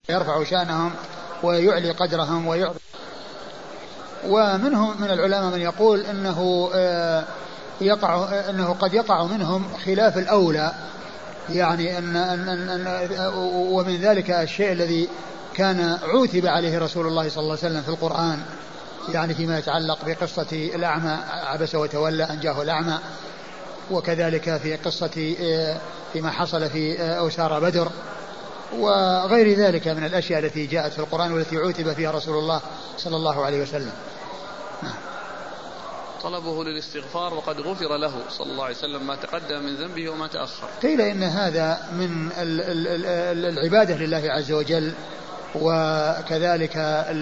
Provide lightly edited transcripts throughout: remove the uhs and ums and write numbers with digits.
يرفع شأنهم ويعلي قدرهم ومنهم من العلماء من يقول أنه قد يقع منهم خلاف الأولى، يعني ومن ذلك الشيء الذي كان عوتب عليه رسول الله صلى الله عليه وسلم في القرآن، يعني فيما يتعلق بقصة الأعمى عبس وتولى أن جاءه الأعمى، وكذلك في قصة فيما حصل في أسارى بدر وغير ذلك من الأشياء التي جاءت في القرآن والتي عوتب فيها رسول الله صلى الله عليه وسلم. طلبه للاستغفار وقد غفر له صلى الله عليه وسلم ما تقدم من ذنبه وما تأخر. قيل إن هذا من العبادة لله عز وجل، وكذلك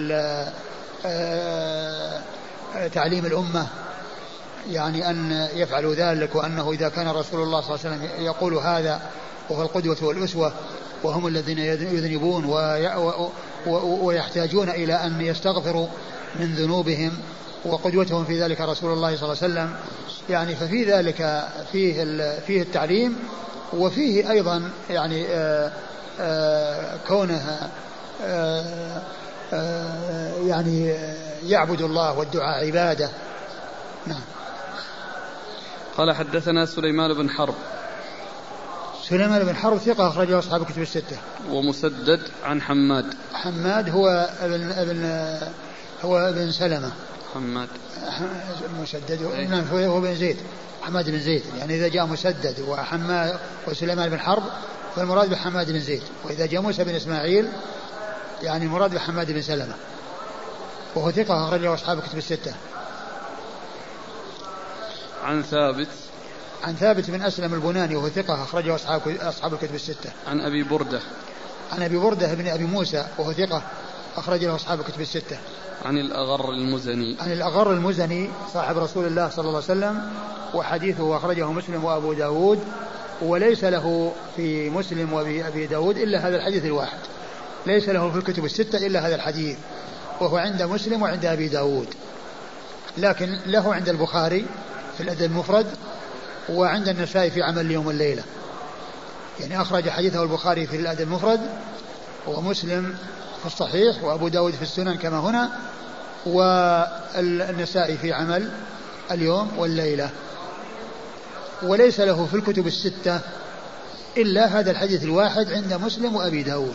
تعليم الأمة، يعني أن يفعلوا ذلك، وأنه إذا كان رسول الله صلى الله عليه وسلم يقول هذا وهو القدوة والأسوة، وهم الذين يذنبون ويحتاجون إلى أن يستغفروا من ذنوبهم، وقدوتهم في ذلك رسول الله صلى الله عليه وسلم، يعني ففي ذلك فيه التعليم، وفيه أيضا يعني كونه يعني يعبد الله والدعاء عبادة. نعم. قال حدثنا سليمان بن حرب. سليمان بن حرب ثقة أخرجه أصحاب الكتب الستة. ومسدد عن حماد. حماد هو ابن سلمة. حماد مسدد هو بن زيد، حماد بن زيد، يعني إذا جاء مسدد وحماد وسليمان بن حرب فالمراد بحماد بن زيد، وإذا جاء موسى بن إسماعيل يعني المراد بحماد بن سلمة، وهو ثقة أخرجه أصحاب الكتب الستة. عن ثابت بن أسلم البناني وهو ثقة أخرجه أصحاب الكتب الستة. عن أبي بردة بن أبي موسى وهو ثقة أخرجه أصحاب الكتب الستة. عن الأغر المزني صاحب رسول الله صلى الله عليه وسلم، وحديثه أخرجه مسلم وأبو داود، وليس له في مسلم وأبي داود إلا هذا الحديث الواحد، ليس له في الكتب الستة إلا هذا الحديث، وهو عند مسلم وعند أبي داود، لكن له عند البخاري في الأدب المفرد، وعند النسائي في عمل اليوم والليلة، يعني أخرج حديثه البخاري في الأدب المفرد، ومسلم في الصحيح، وأبو داود في السنن كما هنا، والنسائي في عمل اليوم والليلة، وليس له في الكتب الستة إلا هذا الحديث الواحد عند مسلم وأبي داود.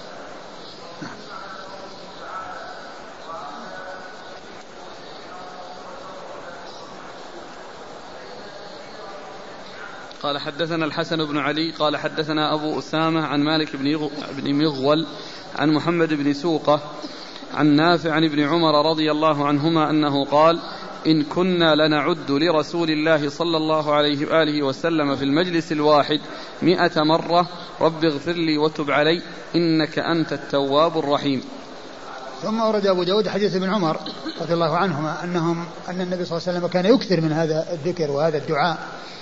قال حدثنا الحسن بن علي قال حدثنا أبو أسامة عن مالك بن مغول عن محمد بن سوقة عن نافع عن ابن عمر رضي الله عنهما أنه قال: إن كنا لنعد لرسول الله صلى الله عليه وآله وسلم في المجلس الواحد 100 مرة رب اغفر لي وتب علي إنك أنت التواب الرحيم. ثم ورد أبو داود حديث ابن عمر رضي الله عنهما أن النبي صلى الله عليه وسلم كان يكثر من هذا الذكر وهذا الدعاء: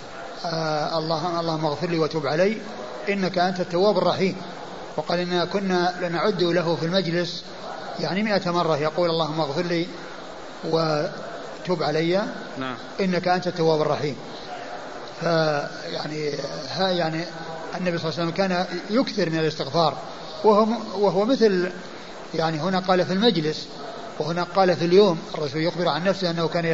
اللهم اغفر لي وتب علي إنك أنت التواب الرحيم. وقال إننا كنا لنعد له في المجلس يعني 100 مرة يقول: اللهم اغفر لي وتب علي إنك أنت التواب الرحيم. فيعني يعني النبي صلى الله عليه وسلم كان يكثر من الاستغفار، وهو مثل يعني هنا قال في المجلس وهنا قال في اليوم. الرسول يخبر عن نفسه أنه كان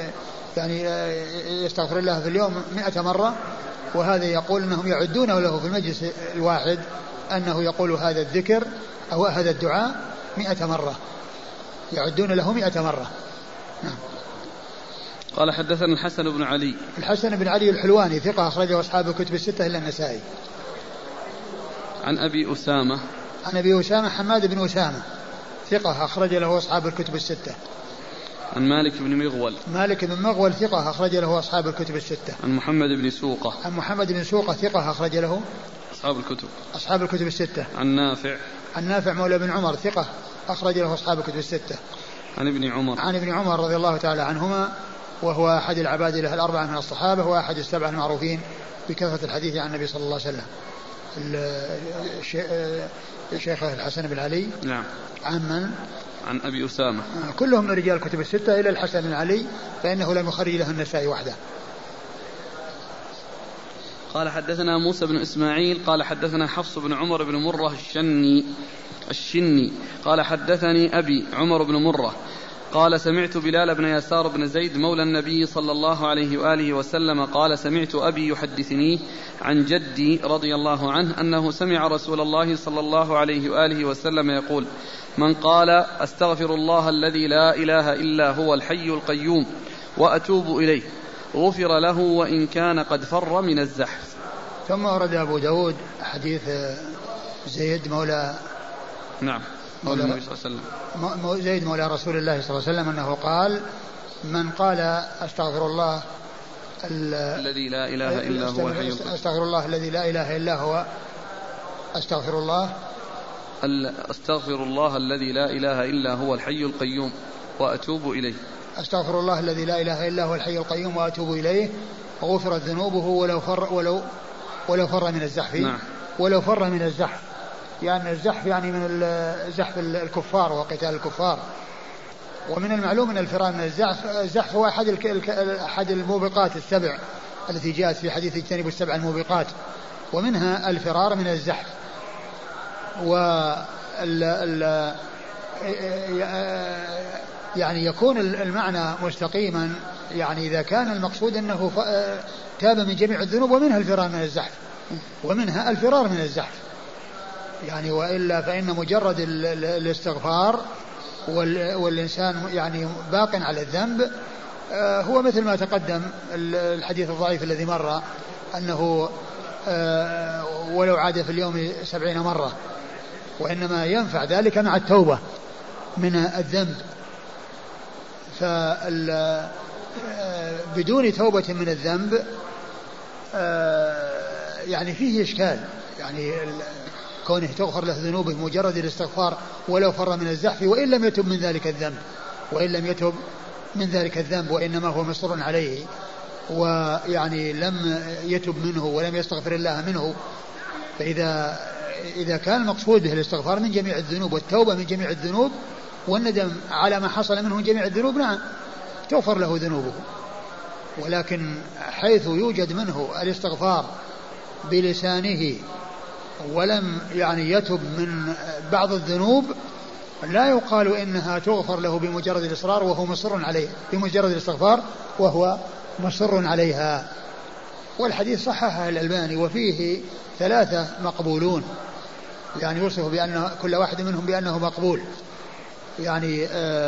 يستغفر الله في اليوم 100 مرة، وهذا يقول أنهم يعدونه له في المجلس الواحد أنه يقول هذا الذكر أو هذا الدعاء 100 مرة، يعدون له 100 مرة. نعم. قال حدثنا الحسن بن علي الحلواني ثقة أخرجه أصحاب الكتب الستة إلا النسائي. عن أبي أسامة حماد بن أسامة ثقة أخرج له أصحاب الكتب الستة. عن مالك بن مغول ثقة أخرج له أصحاب الكتب الستة. عن محمد بن سوقة ثقة أخرج له أصحاب الكتب الستة. عن نافع مولى بن عمر ثقة أخرج له أصحاب الكتب الستة. عن ابن عمر رضي الله تعالى عنهما، وهو أحد العباد له الأربعة من الصحابة، وأحد السبعة المعروفين بكثرة الحديث عن النبي صلى الله عليه وسلم. الشيخ الحسن بن علي. نعم. عن أبي أسامة. كلهم من رجال الكتب الستة إلى الحسن بن علي، فإنه لم يخرج له النسائي وحده. قال حدثنا موسى بن إسماعيل قال حدثنا حفص بن عمر بن مرة الشني قال حدثني أبي عمر بن مرة قال سمعت بلال بن يسار بن زيد مولى النبي صلى الله عليه وآله وسلم قال سمعت أبي يحدثني عن جدي رضي الله عنه أنه سمع رسول الله صلى الله عليه وآله وسلم يقول من قال أستغفر الله الذي لا إله إلا هو الحي القيوم وأتوب إليه غفر له وإن كان قد فر من الزحف. ثم ورد أبو داود حديث زيد مولى مولى النبي صلى الله عليه وسلم زيد مولى رسول الله صلى الله عليه وسلم أنه قال من قال أستغفر الله الذي لا إله إلا هو الحي القيوم أستغفر الله الذي لا إله إلا هو أستغفر الله الذي لا إله إلا هو الحي القيوم وأتوب إليه أستغفر الله الذي لا إله إلا هو الحي القيوم وأتوب إليه غفرت ذنوبه ولو فر من الزحف. نعم. ولو فر من الزحف يعني الزحف يعني من زحف الكفار وقتال الكفار. ومن المعلوم أن الفرار من الزحف هو أحد الموبقات السبع التي جاءت في حديث اجتنبوا السبع الموبقات ومنها الفرار من الزحف. يعني يكون المعنى مستقيما يعني إذا كان المقصود أنه تاب من جميع الذنوب ومنها الفرار من الزحف يعني وإلا فإن مجرد الاستغفار والإنسان يعني باق على الذنب هو مثل ما تقدم الحديث الضعيف الذي مر أنه ولو عاد في اليوم 70 مرة وإنما ينفع ذلك مع التوبة من الذنب. بدون توبة من الذنب يعني فيه إشكال يعني كونه تغفر له ذنوبه مجرد الاستغفار ولو فر من الزحف وإن لم يتب من ذلك الذنب وإنما هو مصر عليه ويعني لم يتب منه ولم يستغفر الله منه. فإذا كان المقصود به الاستغفار من جميع الذنوب والتوبة من جميع الذنوب والندم على ما حصل منه من جميع الذنوب نعم تغفر له ذنوبه. ولكن حيث يوجد منه الاستغفار بلسانه ولم يعني يتب من بعض الذنوب لا يقال إنها تغفر له بمجرد الإصرار وهو مصر عليه بمجرد الاستغفار وهو مصر عليها. والحديث صححه الألباني وفيه 3 مقبولون يعني يوصف بأن كل واحد منهم بأنه مقبول يعني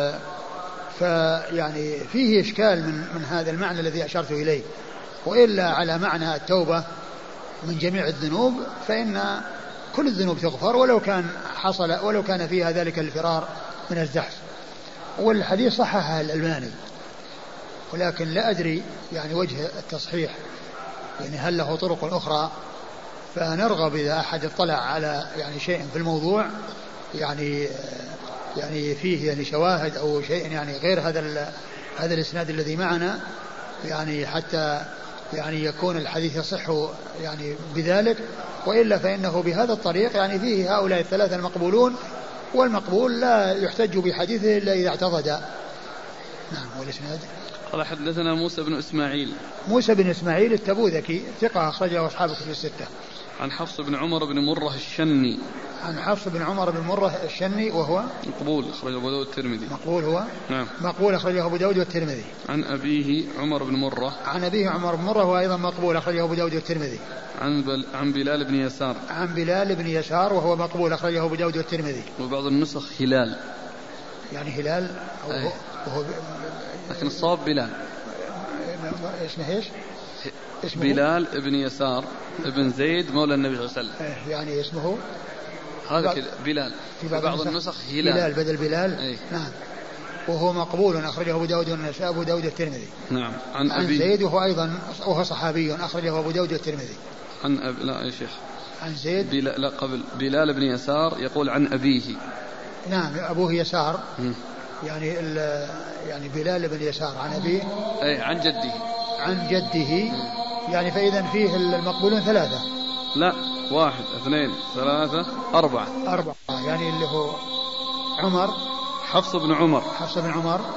فيعني فيه إشكال من هذا المعنى الذي أشرت إليه. وإلا على معنى التوبة من جميع الذنوب فإن كل الذنوب تغفر ولو كان فيها ذلك الفرار من الزحف. والحديث صححه الألباني ولكن لا أدري يعني وجه التصحيح يعني هل له طرق أخرى فنرغب إذا أحد اطلع على يعني شيء في الموضوع يعني فيه يعني شواهد أو شيء يعني غير هذا الإسناد الذي معنا يعني حتى يعني يكون الحديث يصح يعني بذلك. وإلا فإنه بهذا الطريق يعني فيه هؤلاء 3 المقبولون والمقبول لا يحتج بحديثه إلا إذا اعتضد. نعم. والإسناد قال حدثنا موسى بن إسماعيل التبوذكي ثقة أخرجه أصحاب كتب الستة. عن حفص بن عمر بن مرة الشني. عن حفص بن عمر بن مرة الشني وهو مقبول أخرجه أبو داود والترمذي. مقبول هو نعم. مقبول أخرجه أبو داود والترمذي. عن أبيه عمر بن مرة. عن أبيه عمر بن مرة هو أيضا مقبول أخرجه أبو داود والترمذي. عن بلال بن يسار. عن بلال بن يسار وهو مقبول أخرجه أبو داود والترمذي. وبعض النسخ هلال يعني هلال وهو لكن الصواب بلال. اسمه ايش؟ اسمه بلال بن يسار ابن زيد مولى النبي صلى الله عليه وسلم. يعني اسمه هذا كذا بلال. في بعض النسخ هلال بدل بلال. نعم. وهو مقبول أخرجه أبو داود والنسائي أبو داود والترمذي. نعم. عن زيد وهو صحابي أخرجه أبو داود والترمذي. لا يا شيخ. عن زيد لا قبل بلال بن يسار يقول عن أبيه. نعم أبوه يسار. يعني بلال بن يسار عن أبيه عن جده يعني فإذا فيه المقبولون 3. لا 1 2 3 4 يعني اللي هو عمر حفص بن عمر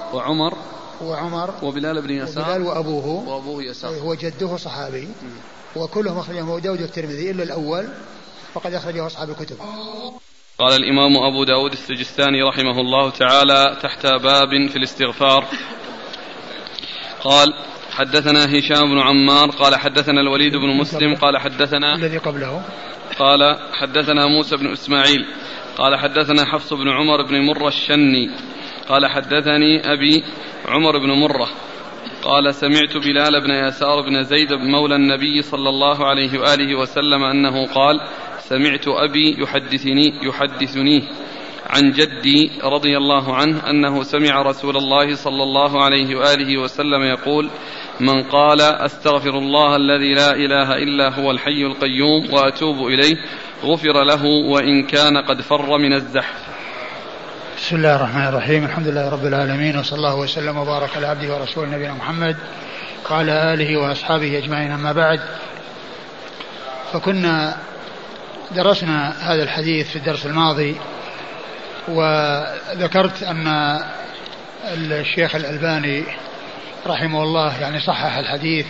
وعمر وبلال بن يسار وأبوه يسار هو جده صحابي وكلهم أخرجه أبو داود والترمذي إلا الأول فقد أخرجه أصحاب الكتب. قال الإمام أبو داود السجستاني رحمه الله تعالى تحت باب في الاستغفار قال حدثنا هشام بن عمار قال حدثنا الوليد بن مسلم قال حدثنا الذي قبله قال حدثنا موسى بن إسماعيل قال حدثنا حفص بن عمر بن مرة الشني قال حدثني أبي عمر بن مرة قال سمعت بلال بن يسار بن زيد مولى النبي صلى الله عليه وآله وسلم أنه قال سمعت أبي يحدثني عن جدي رضي الله عنه أنه سمع رسول الله صلى الله عليه وآله وسلم يقول من قال أستغفر الله الذي لا إله إلا هو الحي القيوم وأتوب إليه غفر له وإن كان قد فر من الزحف. بسم الله الرحمن الرحيم الحمد لله رب العالمين وصلى الله وسلم وبارك على عبده ورسوله نبينا محمد وعلى آله وأصحابه أجمعين. أما بعد فكنا درسنا هذا الحديث في الدرس الماضي وذكرت أن الشيخ الألباني رحمه الله يعني صحح الحديث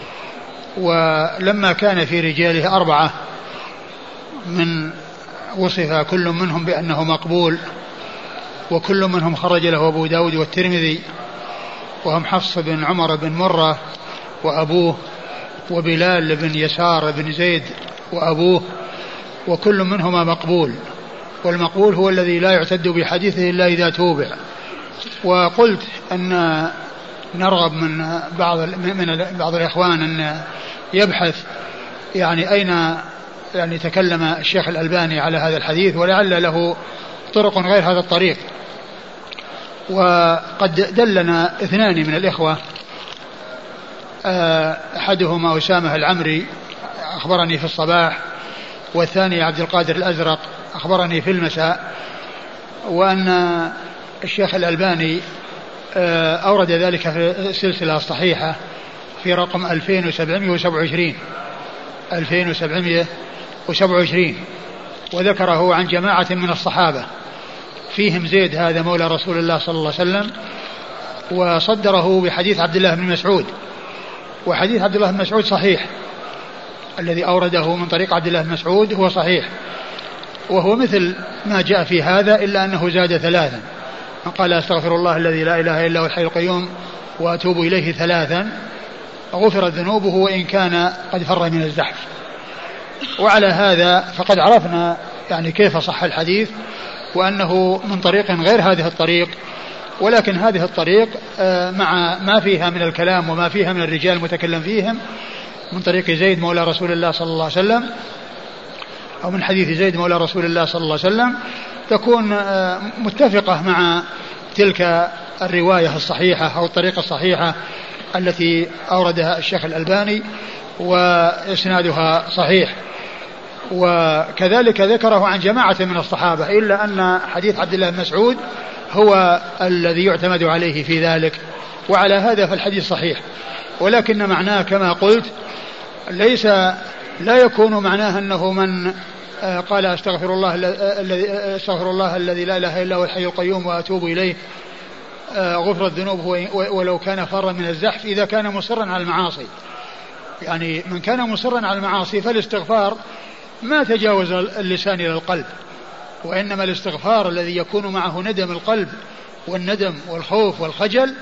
ولما كان في رجاله 4 من وصف كل منهم بأنه مقبول وكل منهم خرج له أبو داود والترمذي وهم حفص بن عمر بن مرة وأبوه وبلال بن يسار بن زيد وأبوه وكل منهما مقبول والمقبول هو الذي لا يعتد بحديثه إلا إذا توبع. وقلت أن نرغب من بعض الإخوان أن يبحث يعني أين يعني تكلم الشيخ الألباني على هذا الحديث ولعل له طرق غير هذا الطريق. وقد دلنا 2 من الإخوة أحدهما أسامة العمري أخبرني في الصباح والثاني عبد القادر الأزرق أخبرني في المساء وأن الشيخ الألباني أورد ذلك في السلسلة الصحيحة في رقم 2727 وذكره عن جماعة من الصحابة فيهم زيد هذا مولى رسول الله صلى الله عليه وسلم وصدره بحديث عبد الله بن مسعود وحديث عبد الله بن مسعود صحيح الذي أورده من طريق عبد الله بن مسعود هو صحيح وهو مثل ما جاء في هذا إلا أنه زاد 3 قال أستغفر الله الذي لا إله إلا هو الحي القيوم وأتوب إليه 3 غفرت ذنوبه وإن كان قد فر من الزحف. وعلى هذا فقد عرفنا يعني كيف صح الحديث وأنه من طريق غير هذه الطريق ولكن هذه الطريق مع ما فيها من الكلام وما فيها من الرجال المتكلم فيهم من طريق زيد مولى رسول الله صلى الله عليه وسلم أو من حديث زيد مولى رسول الله صلى الله عليه وسلم تكون متفقة مع تلك الرواية الصحيحة أو الطريقة الصحيحة التي أوردها الشيخ الألباني وإسنادها صحيح. وكذلك ذكره عن جماعة من الصحابة إلا أن حديث عبد الله بن مسعود هو الذي يعتمد عليه في ذلك وعلى هذا فالحديث صحيح ولكن معناه كما قلت لا يكون معناه أنه من قال أستغفر الله الذي لا إله إلا هو الحي القيوم وأتوب إليه غفرت ذنوبه ولو كان فر من الزحف إذا كان مصرا على المعاصي. يعني من كان مصرا على المعاصي فالاستغفار ما تجاوز اللسان إلى القلب وإنما الاستغفار الذي يكون معه ندم القلب والندم والخوف والخجل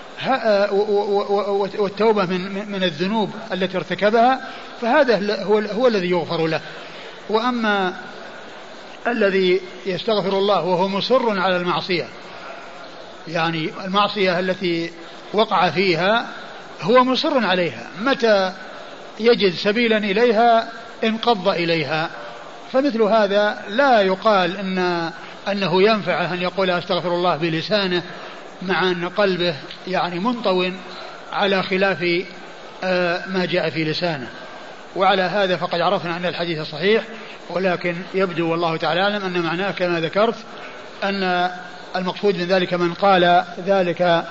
والتوبة من الذنوب التي ارتكبها فهذا هو الذي يغفر له. وأما الذي يستغفر الله وهو مصر على المعصية يعني المعصية التي وقع فيها هو مصر عليها متى يجد سبيلا إليها انقض إليها فمثل هذا لا يقال أنه ينفعه أن يقول أستغفر الله بلسانه مع أن قلبه يعني منطو على خلاف ما جاء في لسانه. وعلى هذا فقد عرفنا أن الحديث صحيح ولكن يبدو والله تعالى أعلم أن معناه كما ذكرت أن المقصود من ذلك من قال ذلك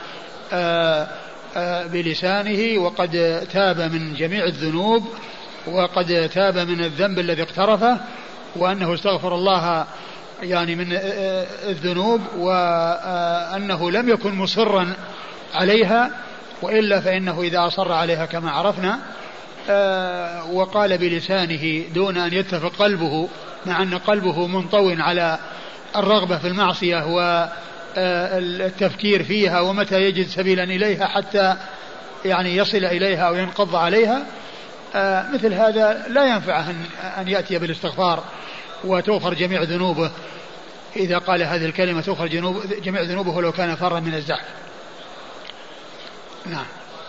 بلسانه وقد تاب من جميع الذنوب وقد تاب من الذنب الذي اقترفه وأنه استغفر الله يعني من الذنوب وأنه لم يكن مصرا عليها وإلا فإنه إذا أصر عليها كما عرفنا وقال بلسانه دون أن يتفق قلبه، مع أن قلبه منطوٍ على الرغبة في المعصية والتفكير فيها ومتى يجد سبيلا إليها حتى يعني يصل إليها أو ينقض عليها. مثل هذا لا ينفع أن يأتي بالاستغفار وتغفر جميع ذنوبه. إذا قال هذه الكلمة تغفر جميع ذنوبه ولو كان فرا من الزحف. نعم.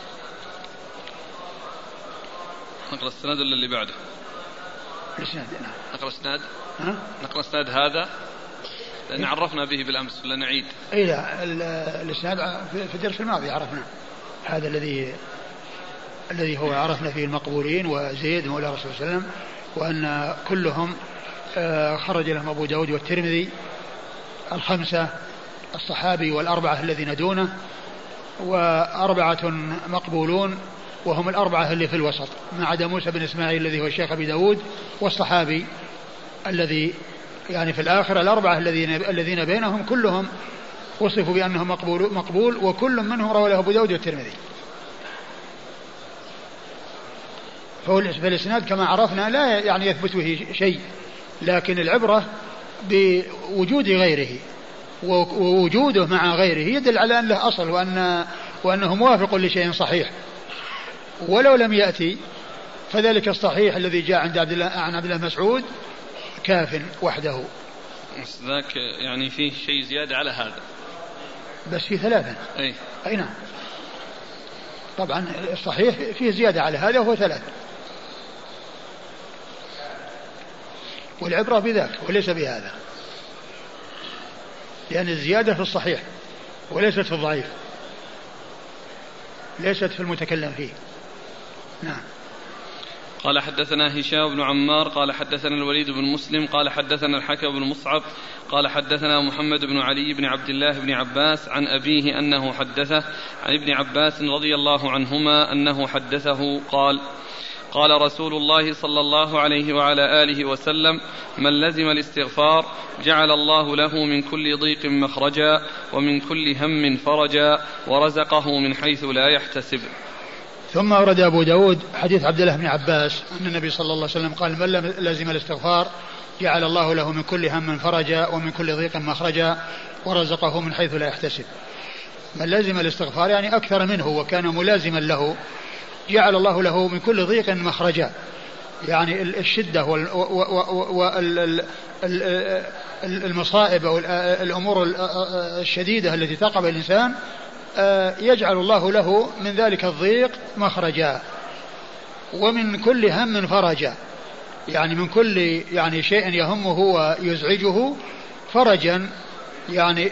نقرأ السند ولا اللي بعده؟ الإسناد. نعم. نقرأ السند. نقرأ السند هذا لأن عرفنا به بالأمس ولا نعيد؟ إيه لا، الإسناد في الدرس الماضي عرفنا هذا الذي هو عرفنا فيه المقبولين وزيد مولى رسول الله صلى الله عليه وسلم، وأن كلهم خرج لهم أبو داود والترمذي، الخمسة الصحابي والأربعة الذين دونه، وأربعة مقبولون وهم الأربعة اللي في الوسط ما عدا موسى بن إسماعيل الذي هو الشيخ أبي داود، والصحابي الذي يعني في الآخر. الأربعة الذين بينهم كلهم وصفوا بأنهم مقبول وكل منهم روى له أبو داود والترمذي. فالإسناد كما عرفنا لا يعني يثبت به شيء، لكن العبرة بوجود غيره، ووجوده مع غيره يدل على أن له أصل وأنه موافق لشيء صحيح. ولو لم يأتي فذلك الصحيح الذي جاء عن عبد الله مسعود كاف وحده. ذاك يعني فيه شيء زيادة على هذا، بس فيه ثلاثة. أي نعم طبعا الصحيح فيه زيادة على هذا وهو ثلاثة، والعبرة بذاك وليس بهذا، لأن الزيادة في الصحيح وليست في الضعيف، ليست في المتكلم فيه. نعم. قال حدثنا هشام بن عمار قال حدثنا الوليد بن مسلم قال حدثنا الحكم بن مصعب قال حدثنا محمد بن علي بن عبد الله بن عباس عن أبيه أنه حدثه عن ابن عباس رضي الله عنهما أنه حدثه قال قال رسول الله صلى الله عليه وعلى آله وسلم: من لزم الاستغفار جعل الله له من كل ضيق مخرجا ومن كل هم فرجا ورزقه من حيث لا يحتسب. ثم ورد أبو داود حديث عبد الله بن عباس أن النبي صلى الله عليه وسلم قال: من لزم الاستغفار جعل الله له من كل هم فرجا ومن كل ضيق مخرجا ورزقه من حيث لا يحتسب. من لزم الاستغفار يعني أكثر منه وكان ملازما له، جعل الله له من كل ضيق مخرجا، يعني الشدة والمصائب والأمور الشديدة التي تقع بالإنسان يجعل الله له من ذلك الضيق مخرجا، ومن كل هم فرجا، يعني من كل يعني شيء يهمه ويزعجه فرجا، يعني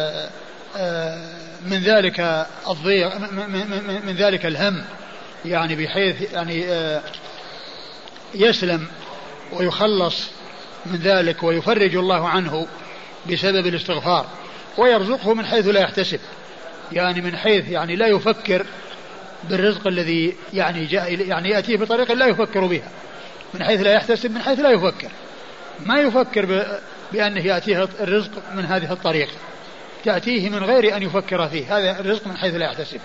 من ذلك الضيق من ذلك الهم، يعني بحيث يعني يسلم ويخلص من ذلك ويفرج الله عنه بسبب الاستغفار، ويرزقه من حيث لا يحتسب، يعني من حيث يعني لا يفكر بالرزق الذي يعني جاء يعني يأتيه بطريقة لا يفكر بها، من حيث لا يحتسب من حيث لا يفكر، ما يفكر بأنه يأتيه الرزق من هذه الطريقة، تأتيه من غير أن يفكر فيه، هذا الرزق من حيث لا يحتسب.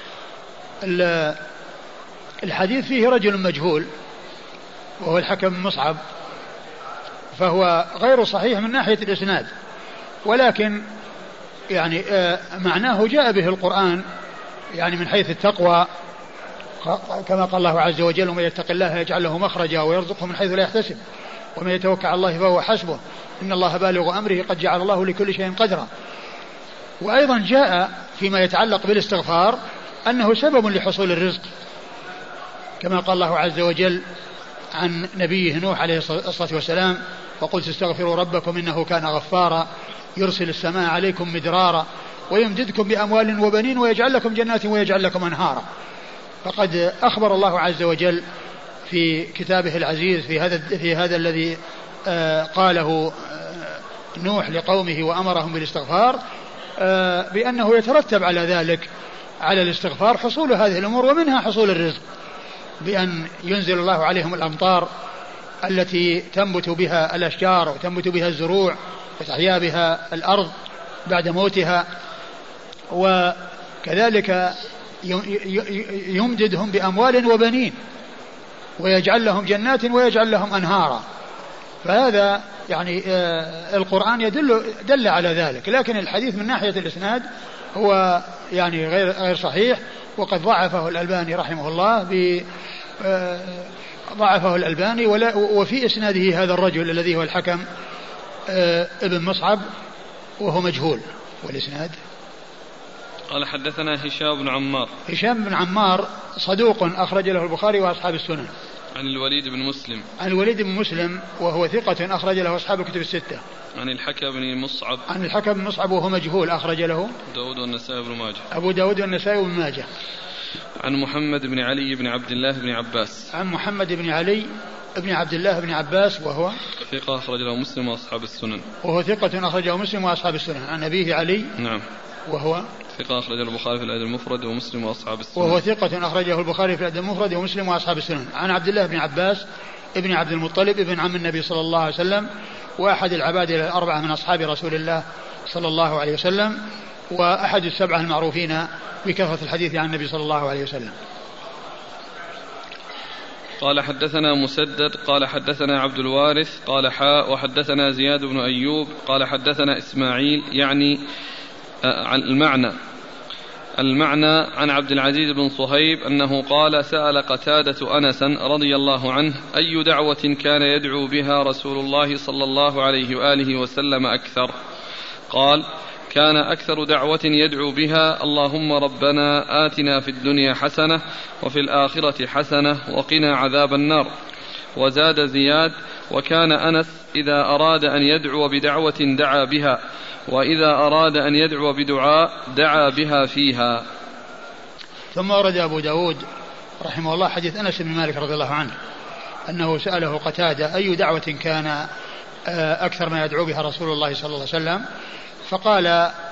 الحديث فيه رجل مجهول وهو الحكم بن مصعب، فهو غير صحيح من ناحية الإسناد، ولكن يعني معناه جاء به القرآن، يعني من حيث التقوى كما قال الله عز وجل: ومن يتق الله يجعل له مخرجا ويرزقه من حيث لا يحتسب ومن يتوكل على الله فهو حسبه إن الله بالغ أمره قد جعل الله لكل شيء قدرا. وأيضا جاء فيما يتعلق بالاستغفار أنه سبب لحصول الرزق، كما قال الله عز وجل عن نبيه نوح عليه الصلاة والسلام: وقلت استغفروا ربكم إنه كان غفارا يرسل السماء عليكم مدرارا ويمددكم بأموال وبنين ويجعل لكم جنات ويجعل لكم أنهارا. فقد أخبر الله عز وجل في كتابه العزيز في هذا الذي قاله نوح لقومه وأمرهم بالاستغفار بأنه يترتب على ذلك، على الاستغفار، حصول هذه الأمور، ومنها حصول الرزق، بأن ينزل الله عليهم الأمطار التي تنبت بها الأشجار وتنبت بها الزروع وتحيا بها الأرض بعد موتها، وكذلك يمددهم بأموال وبنين، ويجعل لهم جنات ويجعل لهم أنهارا. فهذا يعني القرآن دل على ذلك. لكن الحديث من ناحية الإسناد هو يعني غير صحيح، وقد ضعفه الألباني رحمه الله ضعفه الألباني. وفي إسناده هذا الرجل الذي هو الحكم ابن مصعب وهو مجهول. والإسناد قال حدثنا هشام بن عمار. هشام بن عمار صدوق أخرج له البخاري وأصحاب السنن. عن الوليد بن مسلم. عن الوليد بن مسلم وهو ثقة أخرج له أصحاب الكتب الستة. عن الحكم بن مصعب. عن الحكم بن مصعب وهو مجهول أخرج له داود والنسائي بن ماجه. أبو داود والنسائي بن ماجه. عن محمد بن علي بن عبد الله بن عباس. عن محمد بن علي بن عبد الله بن عباس وهو ثقة أخرج له مسلم وأصحاب السنن. وهو ثقة أخرجه مسلم وأصحاب السنن. عن أبيه علي. نعم. وهو ثقة أخرجه البخاري في الأدب المفرد ومسلم وأصحاب السنن. وهو ثقة أخرجه البخاري في الأدب المفرد ومسلم وأصحاب السنن. عن عبد الله بن عباس ابن عبد المطلب ابن عم النبي صلى الله عليه وسلم، وأحد العباد الأربعة من أصحاب رسول الله صلى الله عليه وسلم، وأحد السبعة المعروفين بكثرة الحديث عن النبي صلى الله عليه وسلم. قال حدثنا مسدد قال حدثنا عبد الوارث قال حاء وحدثنا زياد بن أيوب قال حدثنا إسماعيل يعني المعنى عن عبد العزيز بن صهيب أنه قال سأل قتادة أنسا رضي الله عنه أي دعوة كان يدعو بها رسول الله صلى الله عليه وآله وسلم أكثر؟ قال كان أكثر دعوة يدعو بها اللهم ربنا آتنا في الدنيا حسنة وفي الآخرة حسنة وقنا عذاب النار. وزاد زياد وكان أنس إذا أراد أن يدعو بدعوة دعا بها، وإذا أراد أن يدعو بدعاء دعا بها فيها. ثم ورد أبو داود رحمه الله حديث أنس بن مالك رضي الله عنه أنه سأله قتادة أي دعوة كان أكثر ما يدعو بها رسول الله صلى الله عليه وسلم، فقال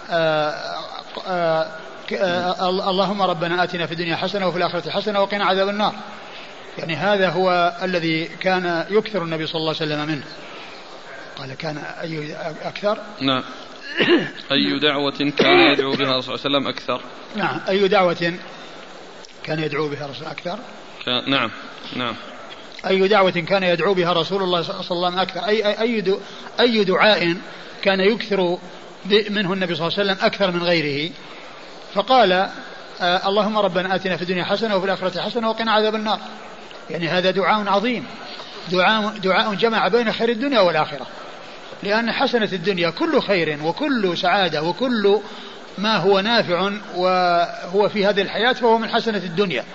اللهم ربنا آتنا في الدنيا حسنة وفي الآخرة حسنة وقنا عذاب النار. يعني هذا هو الذي كان يكثر النبي صلى الله عليه وسلم منه. قال كان أي أكثر؟ نعم. أي دعوة كان يدعو بها الرسول صلى الله عليه وسلم أكثر؟ نعم. أي دعوة كان يدعو بها الرسول أكثر؟ نعم. أي دعوة كان يدعو بها رسول الله صلى الله عليه وسلم أكثر، أي دعاء كان يكثر منه النبي صلى الله عليه وسلم أكثر من غيره. فقال اللهم ربنا آتنا في الدنيا حسنة وفي الآخرة حسنة وقنا عذاب النار. يعني هذا دعاء عظيم، دعاء جمع بين خير الدنيا والآخرة، لأن حسنة الدنيا كل خير وكل سعادة وكل ما هو نافع وهو في هذه الحياة فهو من حسنة الدنيا،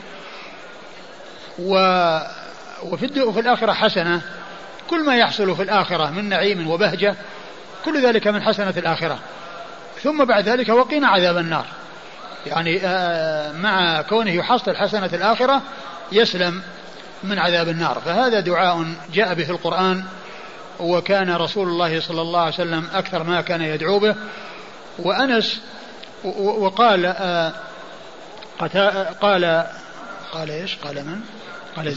وفي الآخرة حسنة، كل ما يحصل في الآخرة من نعيم وبهجة كل ذلك من حسنة الآخرة. ثم بعد ذلك وقنا عذاب النار، يعني مع كونه يحصل حسنة الآخرة يسلم من عذاب النار. فهذا دعاء جاء به القرآن، وكان رسول الله صلى الله عليه وسلم أكثر ما كان يدعو به. وأنس وقال قال إيش؟ قال من؟ قال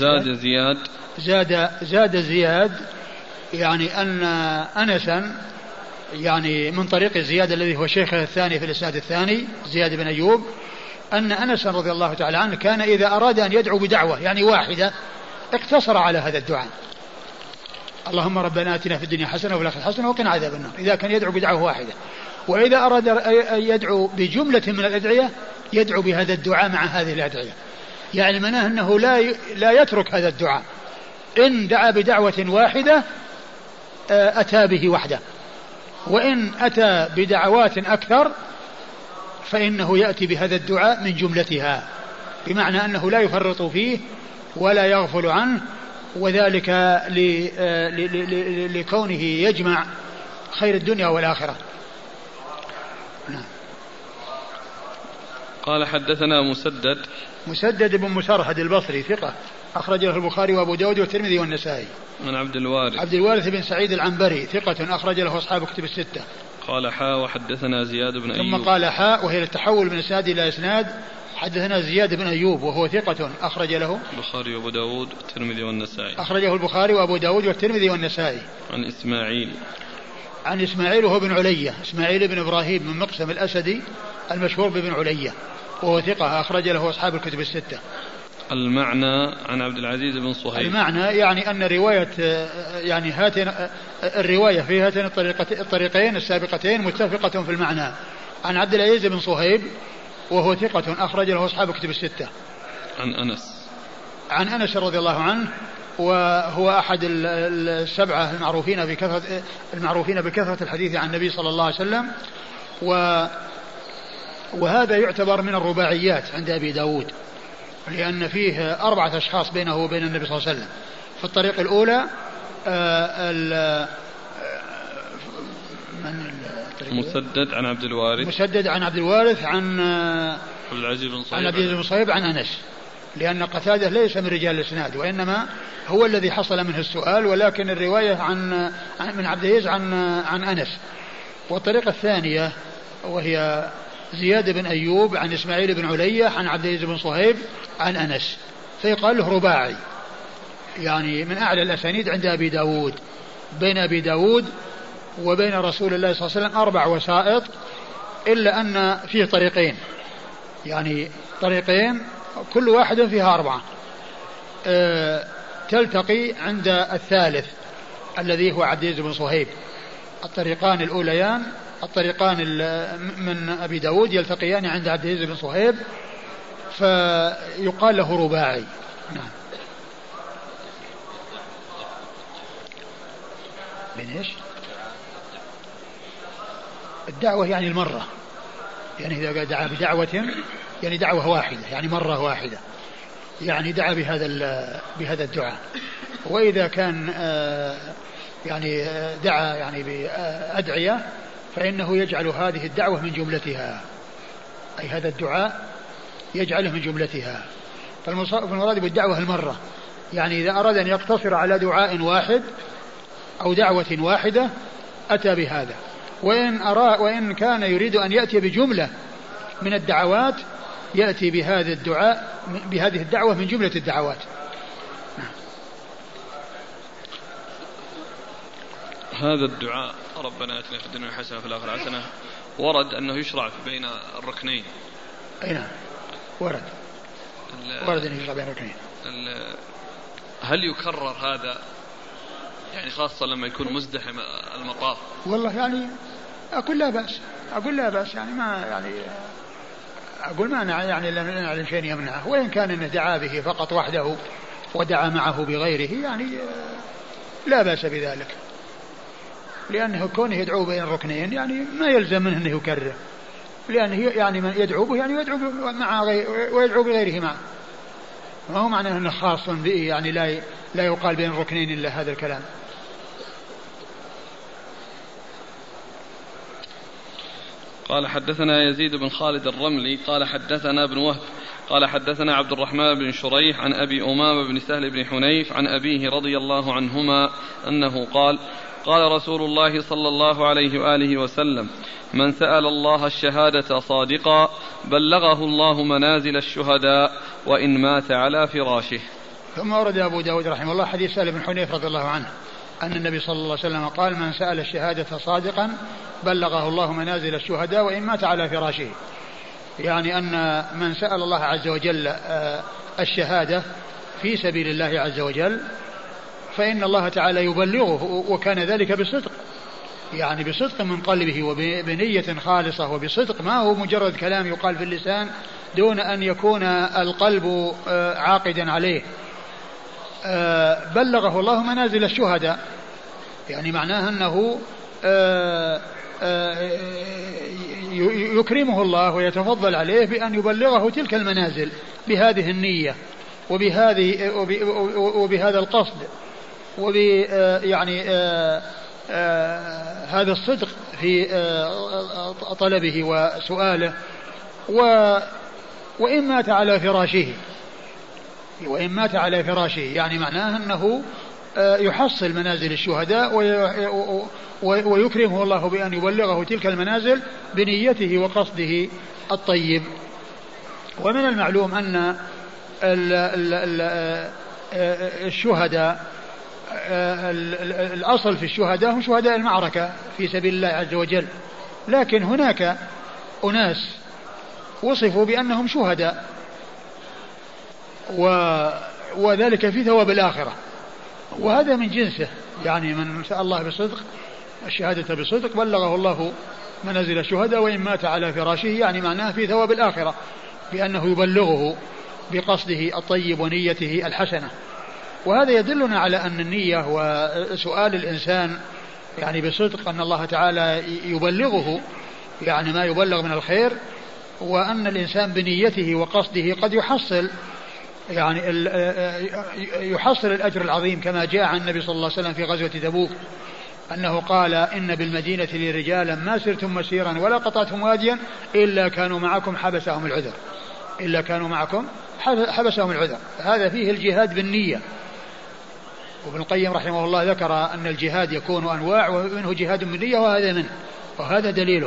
زاد زياد يعني أن أنسا يعني من طريق زياد الذي هو شيخه الثاني في الإسناد الثاني زياد بن أيوب، أن أنس رضي الله تعالى عنه كان إذا أراد أن يدعو بدعوة يعني واحدة اقتصر على هذا الدعاء، اللهم ربنا آتنا في الدنيا حسنة وفي الآخرة حسنة وقنا عذاب النار، إذا كان يدعو بدعوة واحدة. وإذا أراد أن يدعو بجملة من الأدعية يدعو بهذا الدعاء مع هذه الأدعية، يعني معناه أنه لا يترك هذا الدعاء، إن دعا بدعوة واحدة أتى به وحده، وإن أتى بدعوات أكثر فإنه يأتي بهذا الدعاء من جملتها، بمعنى أنه لا يفرط فيه ولا يغفل عنه، وذلك لكونه يجمع خير الدنيا والآخرة. قال حدثنا مسدد بن مسرهد البصري ثقة أخرج له البخاري وأبو داود والترمذي والنسائي. عن عبد الوارث بن سعيد العنبري ثقة أخرج له أصحاب كتب الستة. قال حاء وحدثنا زياد بن أيوب. ثم قال حاء وهي التحول من إسناد إلى إسناد، حدثنا زياد بن أيوب وهو ثقة أخرج له البخاري وأبو داود والترمذي والنسائي. أخرجه البخاري وأبو داود والترمذي والنسائي. عن إسماعيل وهو بن علية، إسماعيل بن إبراهيم من مقسم الأسدي المشهور بابن علية، وهو ثقة أخرج له أصحاب الكتب الستة. المعنى عن عبد العزيز بن صهيب. المعنى يعني أن رواية يعني هاتين الرواية في هاتين الطريقين السابقتين متفقة في المعنى. عن عبد العزيز بن صهيب وهو ثقة أخرج له أصحاب كتب الستة. عن أنس رضي الله عنه وهو أحد السبعة المعروفين بكثرة الحديث عن النبي صلى الله عليه وسلم. وهذا يعتبر من الرباعيات عند أبي داود لأن فيه 4 أشخاص بينه وبين النبي صلى الله عليه وسلم. في الطريق الأولى مسدد عن عبد الوارث عن عبد العزيز بن صهيب عن أنس لأن قتادة ليس من رجال الإسناد وإنما هو الذي حصل منه السؤال ولكن الرواية من عبد العزيز عن أنس. والطريقة الثانية وهي زياد بن أيوب عن إسماعيل بن علية عن عبد العزيز بن صهيب عن أنس فيقال له رباعي يعني من أعلى الأسانيد عند أبي داود. بين أبي داود وبين رسول الله صلى الله عليه وسلم 4 وسائط إلا أن فيه طريقين يعني طريقين كل واحد فيها 4 تلتقي عند الثالث الذي هو عبد العزيز بن صهيب. الطريقان الأوليان الطريقان من أبي داود يلتقيان عند عبد العزيز بن صهيب فيقال له رباعي. نعم. من إيش؟ الدعوة يعني المرة يعني إذا دعا بدعوة يعني دعوة واحدة يعني مرة واحدة يعني دعا بهذا الدعاء. وإذا كان يعني دعا يعني بأدعية فإنه يجعل هذه الدعوة من جملتها أي هذا الدعاء يجعله من جملتها. فالمراد بالدعوة المرة يعني إذا أراد أن يقتصر على دعاء واحد أو دعوة واحدة أتى بهذا. وإن كان يريد أن يأتي بجملة من الدعوات يأتي بهذا الدعاء بهذه الدعوة من جملة الدعوات. هذا الدعاء ربنا آتنا في الدنيا حسنة وفي الآخرة حسنة ورد أنه يشرع بين الركنين. أي نعم ورد أنه يشرع بين الركنين. هل يكرر هذا يعني خاصة لما يكون مزدحم المطاف؟ والله يعني أقول لا بأس يعني ما يعني أقول ما يعني لا نعلم شيء يمنعه. وإن كان إنه دعا به فقط وحده ودعا معه بغيره يعني لا بأس بذلك لأنه كونه يدعو بين الركنين يعني ما يلزم منه أنه يكرر لأنه يعني من يدعو به يعني يدعو مع ويدعو بغيره معه ما هو معناه أنه خاص به يعني لا يقال بين الركنين إلا هذا الكلام. قال حدثنا يزيد بن خالد الرملي قال حدثنا ابن وهب قال حدثنا عبد الرحمن بن شريح عن أبي أمامة بن سهل بن حنيف عن أبيه رضي الله عنهما أنه قال قال رسول الله صلى الله عليه وآله وسلم من سأل الله الشهادة صادقا بلغه الله منازل الشهداء وإن مات على فراشه. ثم ورد أبو داود رحمه الله حديث سهل بن حنيف رضي الله عنه أن النبي صلى الله عليه وسلم قال من سأل الشهادة صادقا بلغه الله منازل الشهداء وإن مات على فراشه يعني أن من سأل الله عز وجل الشهادة في سبيل الله عز وجل فإن الله تعالى يبلغه وكان ذلك بصدق يعني بصدق من قلبه وبنية خالصة وبصدق ما هو مجرد كلام يقال في اللسان دون أن يكون القلب عاقدا عليه. بلغه الله منازل الشهداء يعني معناه أنه يكرمه الله ويتفضل عليه بأن يبلغه تلك المنازل بهذه النية وبهذا القصد يعني هذا الصدق في طلبه وسؤاله وإن مات على فراشه يعني معناه أنه يحصل منازل الشهداء ويكرمه الله بأن يبلغه تلك المنازل بنيته وقصده الطيب. ومن المعلوم أن الشهداء الأصل في الشهداء هم شهداء المعركة في سبيل الله عز وجل لكن هناك أناس وصفوا بأنهم شهداء وذلك في ثواب الآخرة، وهذا من جنسه. يعني من سأل الله بصدق الشهادة بصدق بلغه الله منازل الشهداء وإن مات على فراشه، يعني معناه في ثواب الآخرة بأنه يبلغه بقصده الطيب ونيته الحسنة. وهذا يدلنا على أن النية وسؤال الإنسان يعني بصدق أن الله تعالى يبلغه يعني ما يبلغ من الخير، وأن الإنسان بنيته وقصده قد يحصل يعني يحصل الأجر العظيم، كما جاء عن النبي صلى الله عليه وسلم في غزوة تبوك أنه قال إن بالمدينة لرجالا ما سرتم مسيرا ولا قطعتم واديا إلا كانوا معكم حبسهم العذر، إلا كانوا معكم حبسهم العذر. هذا فيه الجهاد بالنية. وابن القيم رحمه الله ذكر أن الجهاد يكون أنواع، ومنه جهاد بالنية وهذا منه، وهذا دليله.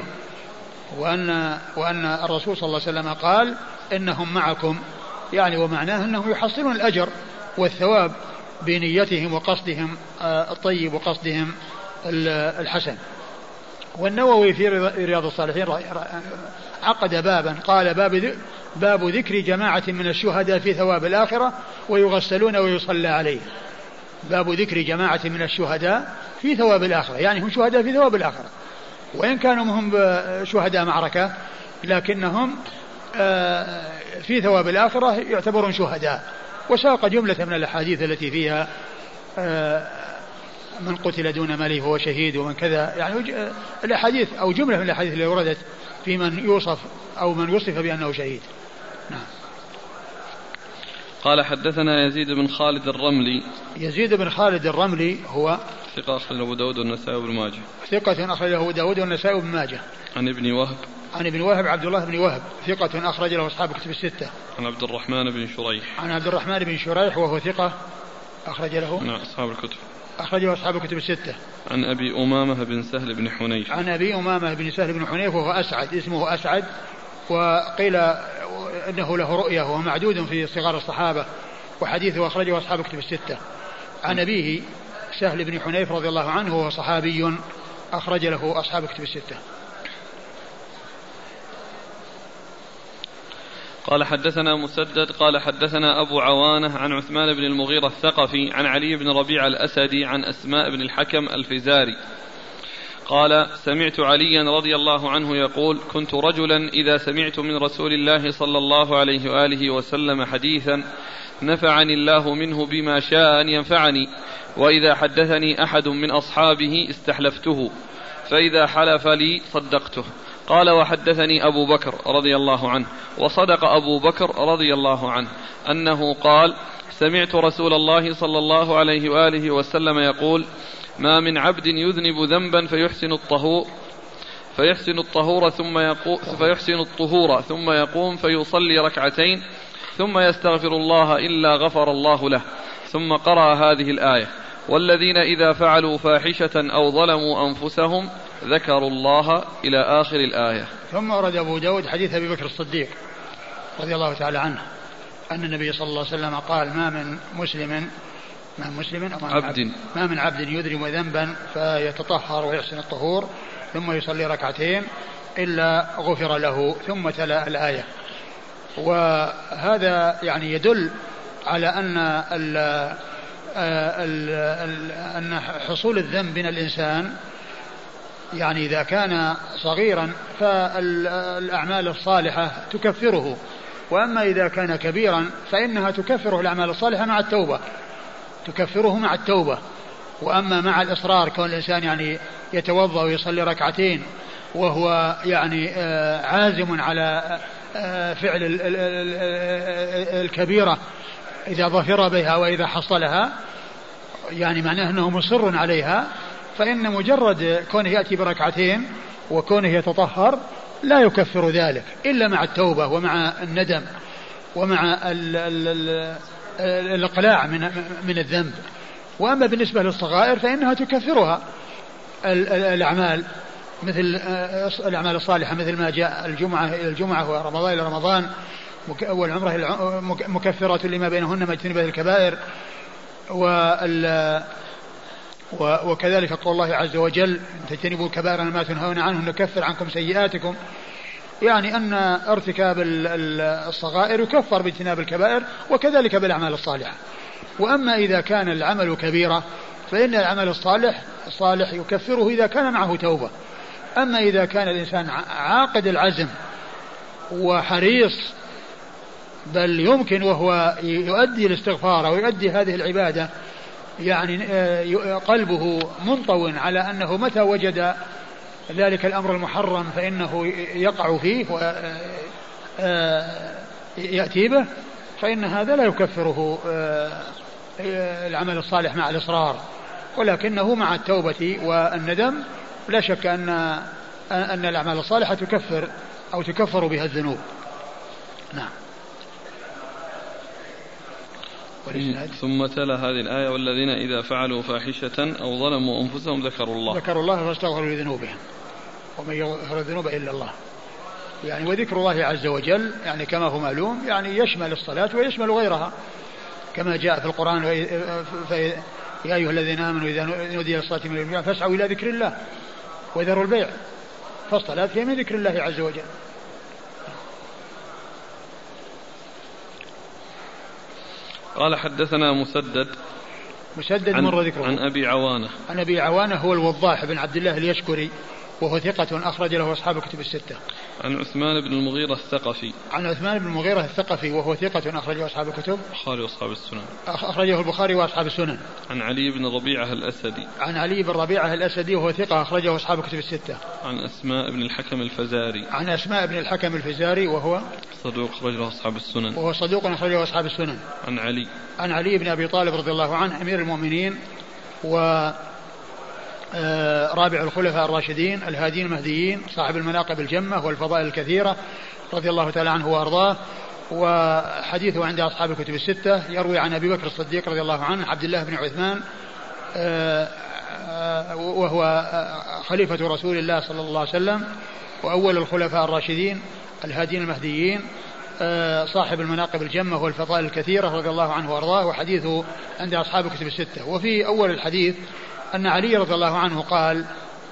وأن الرسول صلى الله عليه وسلم قال إنهم معكم، يعني ومعناه أنهم يحصلون الأجر والثواب بنيتهم وقصدهم الطيب وقصدهم الحسن. والنووي في رياض الصالحين عقد بابا قال باب ذكر جماعة من الشهداء في ثواب الآخرة ويغسلون ويصلى عليه. باب ذكر جماعة من الشهداء في ثواب الآخرة، يعني هم شهداء في ثواب الآخرة، وإن كانوا هم شهداء معركة لكنهم في ثواب الآخرة يعتبرون شهداء. وساق جملة من الأحاديث التي فيها من قتل دون ماله فهو شهيد ومن كذا، يعني الأحاديث أو جملة من الأحاديث اللي وردت في من يوصف أو من وصف بأنه شهيد. نعم. قال حدثنا يزيد بن خالد الرملي. يزيد بن خالد الرملي هو ثقة أخرجه أبو داود والنسائي وابن ماجه. ثقة أخرجه أبو داود والنسائي وابن ماجه. عن ابن وهب. عن ابن وهب عبد الله بن وهب ثقة أخرج له أصحاب كتب الستة. عن عبد الرحمن بن شريح. عن عبد الرحمن بن شريح وهو ثقة أخرج له أصحاب الكتب. أخرجه أصحاب كتب الستة. عن أبي أمامة بن سهل بن حنيف. عن أبي أمامة بن سهل بن حنيف وهو أسعد، اسمه أسعد، وقيل إنه له رؤية وهو معدود في صغار الصحابة، وحديثه أخرجه أصحاب كتب الستة. عن أبيه سهل بن حنيف رضي الله عنه وهو صحابي أخرج له أصحاب كتب الستة. قال حدثنا مسدد قال حدثنا أبو عوانة عن عثمان بن المغيرة الثقفي عن علي بن ربيع الأسدي عن أسماء بن الحكم الفزاري قال سمعت عليا رضي الله عنه يقول كنت رجلا إذا سمعت من رسول الله صلى الله عليه وآله وسلم حديثا نفعني الله منه بما شاء أن ينفعني، وإذا حدثني أحد من أصحابه استحلفته، فإذا حلف لي صدقته. قال وحدثني أبو بكر رضي الله عنه، وصدق أبو بكر رضي الله عنه أنه قال سمعت رسول الله صلى الله عليه وآله وسلم يقول ما من عبد يذنب ذنبا فيحسن الطهور ثم يقوم فيصلي ركعتين ثم يستغفر الله إلا غفر الله له. ثم قرأ هذه الآية والذين إذا فعلوا فاحشة أو ظلموا أنفسهم ذكروا الله إلى آخر الآية. ثم ورد أبو داود حديث أبي بكر الصديق رضي الله تعالى عنه أن النبي صلى الله عليه وسلم قال ما من عبد يذنب ذنبا فيتطهر ويحسن الطهور ثم يصلي ركعتين إلا غفر له، ثم تلا الآية. وهذا يعني يدل على أن حصول الذنب من الإنسان يعني إذا كان صغيرا فالأعمال الصالحة تكفره، وأما إذا كان كبيرا فإنها تكفره الأعمال الصالحة مع التوبة، تكفره مع التوبة. وأما مع الإصرار كون الإنسان يعني يتوضأ ويصلي ركعتين وهو يعني عازم على فعل الكبيرة إذا ظفر بها وإذا حصلها، يعني معناه أنه مصر عليها، فإن مجرد كونه يأتي بركعتين وكونه يتطهر لا يكفر ذلك إلا مع التوبة ومع الندم ومع الإقلاع من الذنب. وأما بالنسبة للصغائر فإنها تكفرها الأعمال مثل الأعمال الصالحة، مثل ما جاء الجمعة إلى الجمعة ورمضان إلى رمضان والعمرة مكفرة لما بينهن ما اجتنبت الكبائر. وكذلك قول الله عز وجل تجتنبوا الكبائر ما تنهون عنه نكفر عنكم سيئاتكم. يعني أن ارتكاب الصغائر يكفر باجتناب الكبائر، وكذلك بالأعمال الصالحة. وأما إذا كان العمل كبيرة فإن العمل الصالح يكفره إذا كان معه توبة. أما إذا كان الإنسان عاقد العزم وحريص، بل يمكن وهو يؤدي الاستغفار ويؤدي هذه العبادة يعني قلبه منطو على أنه متى وجد ذلك الأمر المحرم فإنه يقع فيه ويأتي به، فإن هذا لا يكفره العمل الصالح مع الإصرار، ولكنه مع التوبة والندم لا شك أن الأعمال الصالحة تكفر أو تكفر بها الذنوب. نعم. ثم تلا هذه الآية: والذين إذا فعلوا فاحشة أو ظلموا أنفسهم ذكروا الله فاستغفروا لذنوبهم ومن يغفر الذنوب إلا الله. يعني وذكر الله عز وجل يعني كما هو معلوم يعني يشمل الصلاة ويشمل غيرها، كما جاء في القرآن: يا أيها الذين آمنوا إذا نودي للصلاة من الجمعة فاسعوا إلى ذكر الله وذروا البيع. فالصلاة هي من ذكر الله عز وجل. قال حدثنا مسدد مر ذكره عن أبي عوانة هو الوضاح بن عبد الله اليشكري، وهو ثقة أخرج له أصحاب الكتب الستة. عن عثمان بن المغيرة الثقفي وهو ثقة أخرجه أصحاب الكتب البخاري وأصحاب السنن. أخرجه البخاري وأصحاب السنن. عن علي بن ربيعة الأسدي وهو ثقة أخرجه أصحاب الكتب الستة. عن أسماء بن الحكم الفزاري وهو صدوق أخرجه أصحاب السنن. عن علي بن أبي طالب رضي الله عنه أمير المؤمنين ورابع الخلفاء الراشدين الهادين المهديين صاحب المناقب الجمة والفضائل الكثيرة رضي الله تعالى عنه وأرضاه، وحديثه عند أصحاب الكتب الستة. يروي عن أبي بكر الصديق رضي الله عنه عبد الله بن عثمان وهو خليفة رسول الله صلى الله عليه وسلم وأول الخلفاء الراشدين الهادين المهديين صاحب المناقب الجمة والفضائل الكثيرة رضي الله عنه وأرضاه، وحديثه عند أصحاب الكتب الستة. وفي أول الحديث أن علي رضي الله عنه قال: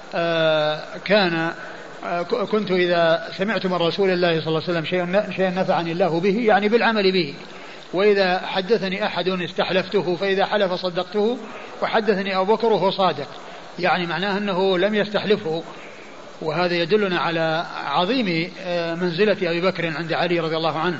كنت إذا سمعت من رسول الله صلى الله عليه وسلم شيئا نفعني الله به، يعني بالعمل به، وإذا حدثني أحد استحلفته، فإذا حلف صدقته، وحدثني أبو بكر وهو صادق، يعني معناه أنه لم يستحلفه. وهذا يدلنا على عظيم منزلة أبي بكر عند علي رضي الله عنه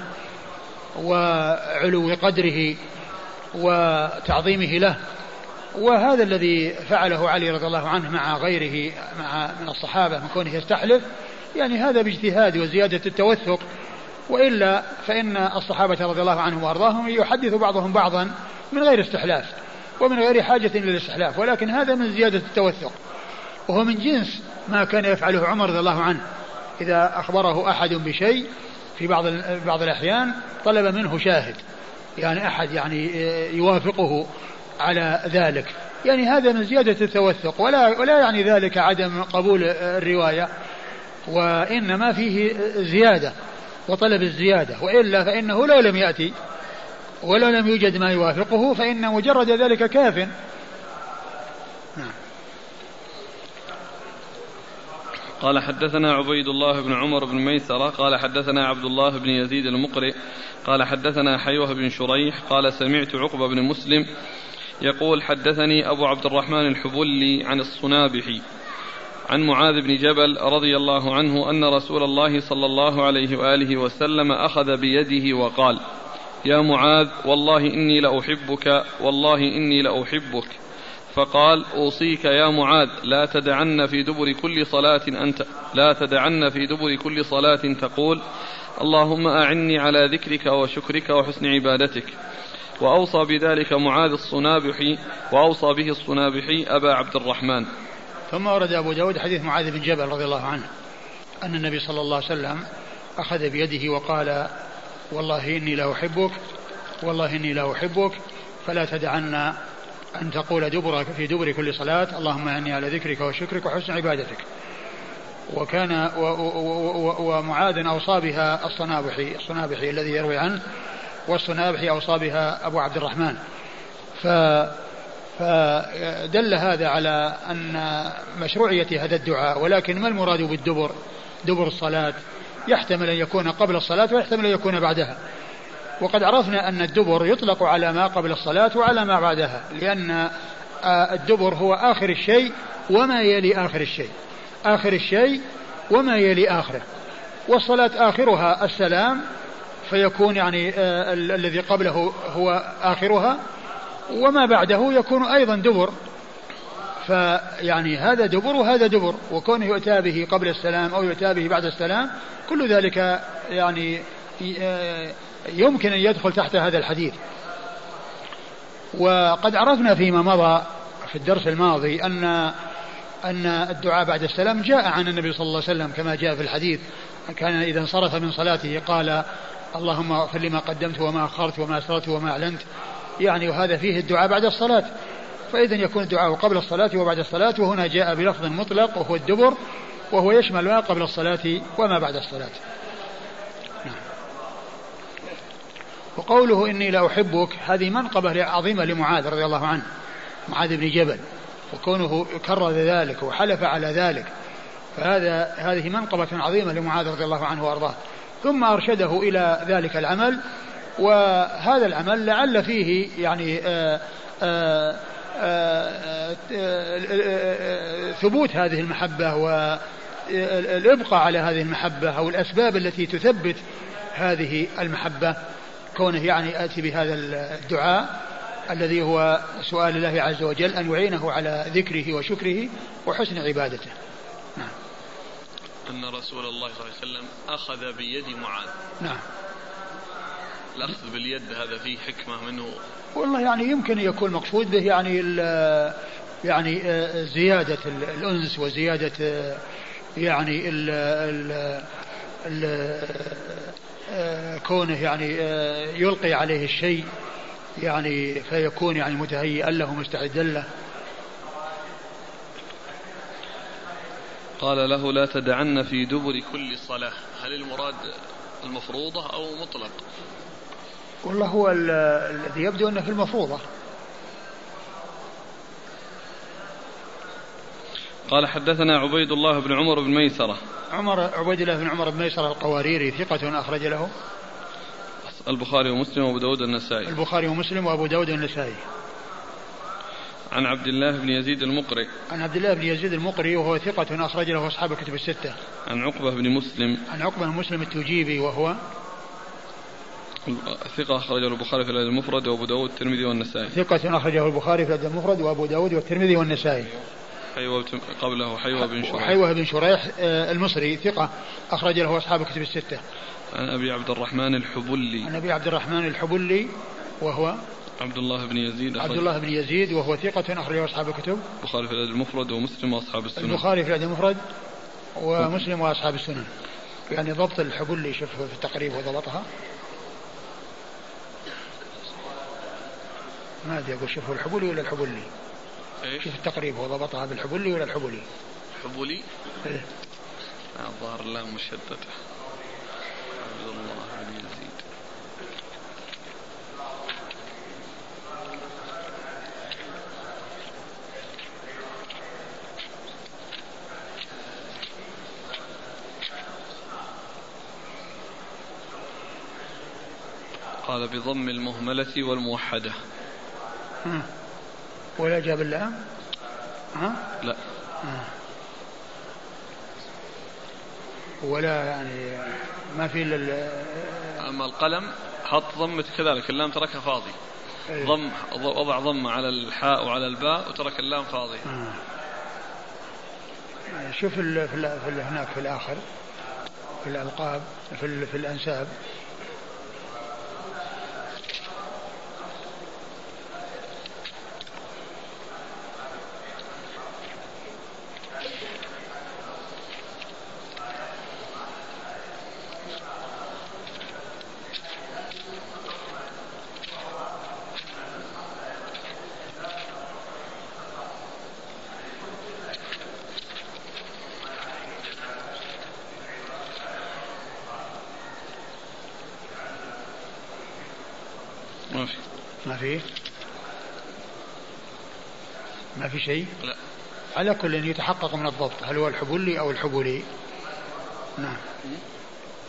وعلو قدره وتعظيمه له. وهذا الذي فعله علي رضي الله عنه مع غيره من الصحابة من كونه يستحلف، يعني هذا باجتهاد وزيادة التوثق، وإلا فإن الصحابة رضي الله عنهم وأرضاهم يحدث بعضهم بعضا من غير استحلاف ومن غير حاجة للاستحلاف، ولكن هذا من زيادة التوثق، وهو من جنس ما كان يفعله عمر رضي الله عنه. إذا أخبره أحد بشيء في بعض الأحيان طلب منه شاهد، يعني أحد يعني يوافقه على ذلك، يعني هذا من زيادة التوثق، ولا يعني ذلك عدم قبول الرواية، وإنما فيه زيادة وطلب الزيادة، وإلا فإنه لو لم يأتي ولو لم يوجد ما يوافقه فإن مجرد ذلك كاف. نعم. قال حدثنا عبيد الله بن عمر بن ميسرة قال حدثنا عبد الله بن يزيد المقرئ قال حدثنا حيوة بن شريح قال سمعت عقبة بن مسلم يقول حدثني أبو عبد الرحمن الحبلي عن الصنابحي عن معاذ بن جبل رضي الله عنه أن رسول الله صلى الله عليه وآله وسلم أخذ بيده وقال: يا معاذ والله إني لأحبك. فقال: أوصيك يا معاذ لا تدعن في دبر كل صلاة تقول: اللهم أعني على ذكرك وشكرك وحسن عبادتك. وأوصى بذلك معاذ الصنابحي وأوصى به الصنابحي أبا عبد الرحمن. ثم ورد أبو داود حديث معاذ بن جبل رضي الله عنه أن النبي صلى الله عليه وسلم أخذ بيده وقال: والله إني لا أحبك فلا تدعن أن تقول في دبر كل صلاة: اللهم أعني على ذكرك وشكرك وحسن عبادتك. وكان ومعاذ أوصى بها الصنابحي الذي يروي عنه، والصنابحي أوصى بها أبو عبد الرحمن. فدل هذا على أن مشروعية هذا الدعاء، ولكن ما المراد بالدبر؟ دبر الصلاة يحتمل أن يكون قبل الصلاة ويحتمل أن يكون بعدها. وقد عرفنا أن الدبر يطلق على ما قبل الصلاة وعلى ما بعدها، لأن الدبر هو آخر الشيء وما يلي آخر الشيء، آخر الشيء وما يلي آخره. والصلاة آخرها السلام، فيكون يعني الذي قبله هو آخرها، وما بعده يكون أيضا دبر. فيعني هذا دبر وهذا دبر، وكونه يؤتى به قبل السلام أو يؤتى به بعد السلام كل ذلك يعني يمكن أن يدخل تحت هذا الحديث. وقد عرفنا فيما مضى في الدرس الماضي أن الدعاء بعد السلام جاء عن النبي صلى الله عليه وسلم كما جاء في الحديث، كان إذا انصرف من صلاته قال اللهم اغفر لي ما قدمت وما أخرت وما أسررت وما أعلنت، يعني وهذا فيه الدعاء بعد الصلاة. فإذا يكون الدعاء قبل الصلاة وبعد الصلاة، وهنا جاء بلفظ مطلق وهو الدبر، وهو يشمل ما قبل الصلاة وما بعد الصلاة. نعم. وقوله إني لا أحبك هذه منقبة عظيمة لمعاذ رضي الله عنه، معاذ بن جبل، وكونه كرر ذلك وحلف على ذلك، هذه منقبة عظيمة لمعاذ رضي الله عنه وأرضاه. ثم أرشده إلى ذلك العمل، وهذا العمل لعل فيه يعني ثبوت هذه المحبة والإبقاء على هذه المحبة، أو الأسباب التي تثبت هذه المحبة، كونه يعني آتي بهذا الدعاء الذي هو سؤال الله عز وجل أن يعينه على ذكره وشكره وحسن عبادته. نعم. أن رسول الله صلى الله عليه وسلم أخذ بيد معاذ. نعم. الأخذ باليد هذا فيه حكمة منه؟ والله يعني يمكن يكون مقصود به يعني زيادة الأنس وزيادة يعني كونه يعني يلقي عليه الشيء يعني فيكون يعني متهيئا له مستعدا له. قال له لا تدعن في دبر كل صلاة، هل المراد المفروضة أو مطلق؟ والله هو الذي يبدو أنه في المفروضة. قال حدثنا عبيد الله بن عمر بن ميسرة. عبيد الله بن عمر بن ميسرة القواريري ثقة أخرج له البخاري ومسلم وأبو داود النسائي. البخاري ومسلم وأبو داود النسائي. عن عبد الله بن يزيد المقري. عن عبد الله بن يزيد المقري وهو ثقة أخرج له أصحاب الكتب الستة. عن عقبة بن مسلم. عن عقبة بن مسلم التوجيبي وهو ثقة أخرجه البخاري في الأدب المفرد وأبو داود والترمذي والنسائي. ثقة أخرجه البخاري في الأدب المفرد وأبو داود والترمذي والنسائي. قبله حيوة بن شريح. حيوة بن شريح المصري ثقة أخرج له أصحاب الكتب الستة. عن أبي عبد الرحمن الحبلي. عن أبي عبد الرحمن الحبلي وهو عبد الله بن يزيد. عبد الله بن يزيد وهو ثقة أخرجه أصحاب الكتب. البخاري في الأدب المفرد ومسلم وأصحاب السنن. البخاري في الأدب المفرد ومسلم وأصحاب السنن. يعني ضبط الحبلي شوف في التقريب وضبطها. ما أدري أقول شوفوا الحبلي ولا الحبلي. شوف التقريب وضبطها بالحبلي ولا الحبلي. حبلي. إيه. الظاهر اللام مشددة. عبد الله بن يزيد. قال بضم المهملة والموحدة. ولا جاب اللام؟ لا. ولا يعني ما في أما القلم حط ضمة كذلك، اللام تركها فاضي. ضم وضع ضمة على الحاء وعلى الباء وترك اللام فاضي. شوف هناك في الآخر في الألقاب في الأنساب. ما في شيء. لا. على كل يتحقق من الضبط هل هو الحبلي أو الحبلي. نعم.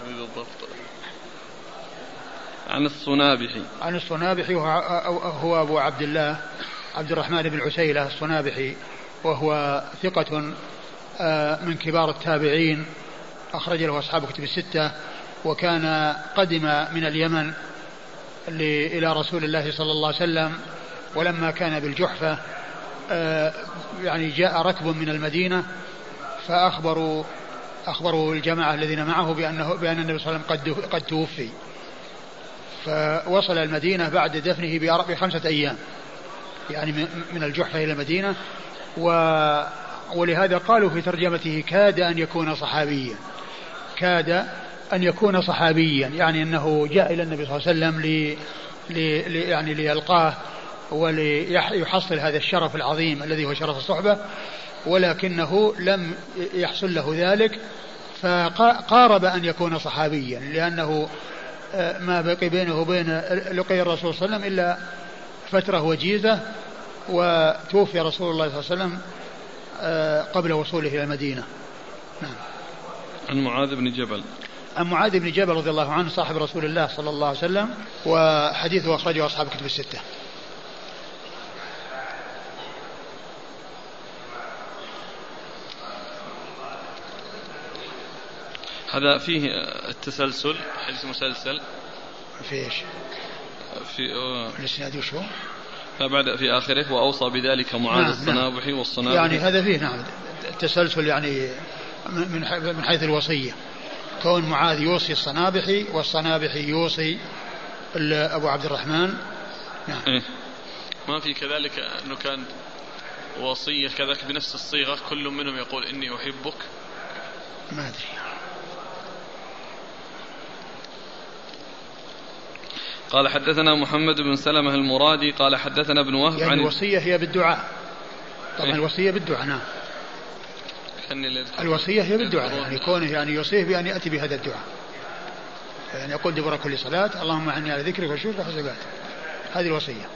عن الصنابحي. عن الصنابحي هو أبو عبد الله عبد الرحمن بن عسيلة الصنابحي، وهو ثقة من كبار التابعين، أخرج له أصحاب كتب الستة، وكان قدم من اليمن إلى رسول الله صلى الله عليه وسلم، ولما كان بالجحفة يعني جاء ركب من المدينة فأخبروا الجماعة الذين معه بأن النبي صلى الله عليه وسلم قد توفي، فوصل المدينة بعد دفنه ب5 أيام، يعني من الجحفة إلى المدينة. ولهذا قالوا في ترجمته كاد أن يكون صحابيا، كاد أن يكون صحابيا، يعني أنه جاء إلى النبي صلى الله عليه وسلم يعني ليلقاه وليحصل هذا الشرف العظيم الذي هو شرف الصحبة، ولكنه لم يحصل له ذلك، فقارب أن يكون صحابيا، لأنه ما بقي بينه وبين لقي الرسول صلى الله عليه وسلم إلا فترة وجيزة، وتوفي رسول الله صلى الله عليه وسلم قبل وصوله إلى المدينة. نعم. عن معاذ بن جبل. عن معاذ بن جبل رضي الله عنه صاحب رسول الله صلى الله عليه وسلم، وحديثه أخرجه أصحاب كتب الستة. هذا فيه التسلسل، حديث مسلسل. في ايش؟ في الاسناد وشو؟ فبعد في آخره وأوصى بذلك معاذ الصنابحي والصنابحي، يعني هذا فيه نعم التسلسل، يعني من حيث الوصية، كون معاذ يوصي الصنابحي والصنابحي يوصي أبو عبد الرحمن. نعم. إيه؟ ما في كذلك أنه كان وصية كذلك بنفس الصيغة، كل منهم يقول إني أحبك؟ ما أدري. قال حدثنا محمد بن سلمة المرادي قال حدثنا ابن وهب يعني الوصية هي بالدعاء طبعا. إيه؟ الوصية بالدعاء. نعم. الوصية هي بالدعاء، يعني كونه يعني يوصيه بأن يأتي بهذا الدعاء، يعني يقول دبر كل صلاة اللهم أعني على ذكرك وشكرك وحسن، هذه الوصية.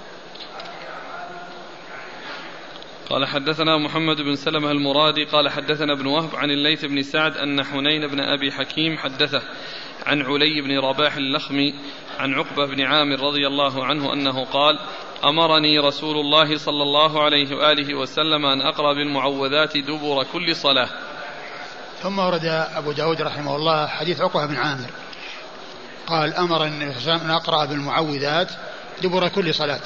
قال حدثنا محمد بن سلمة المرادي قال حدثنا ابن وهب عن الليث بن سعد أن حنين بن أبي حكيم حدثه عن علي بن رباح اللخمي عن عقبة بن عامر رضي الله عنه أنه قال أمرني رسول الله صلى الله عليه وآله وسلم أن أقرأ بالمعوذات دبر كل صلاة. ثم ورد أبو داود رحمه الله حديث عقبة بن عامر قال أمرني النبي صلى الله عليه وسلم أن أقرأ بالمعوذات دبر كل صلاة.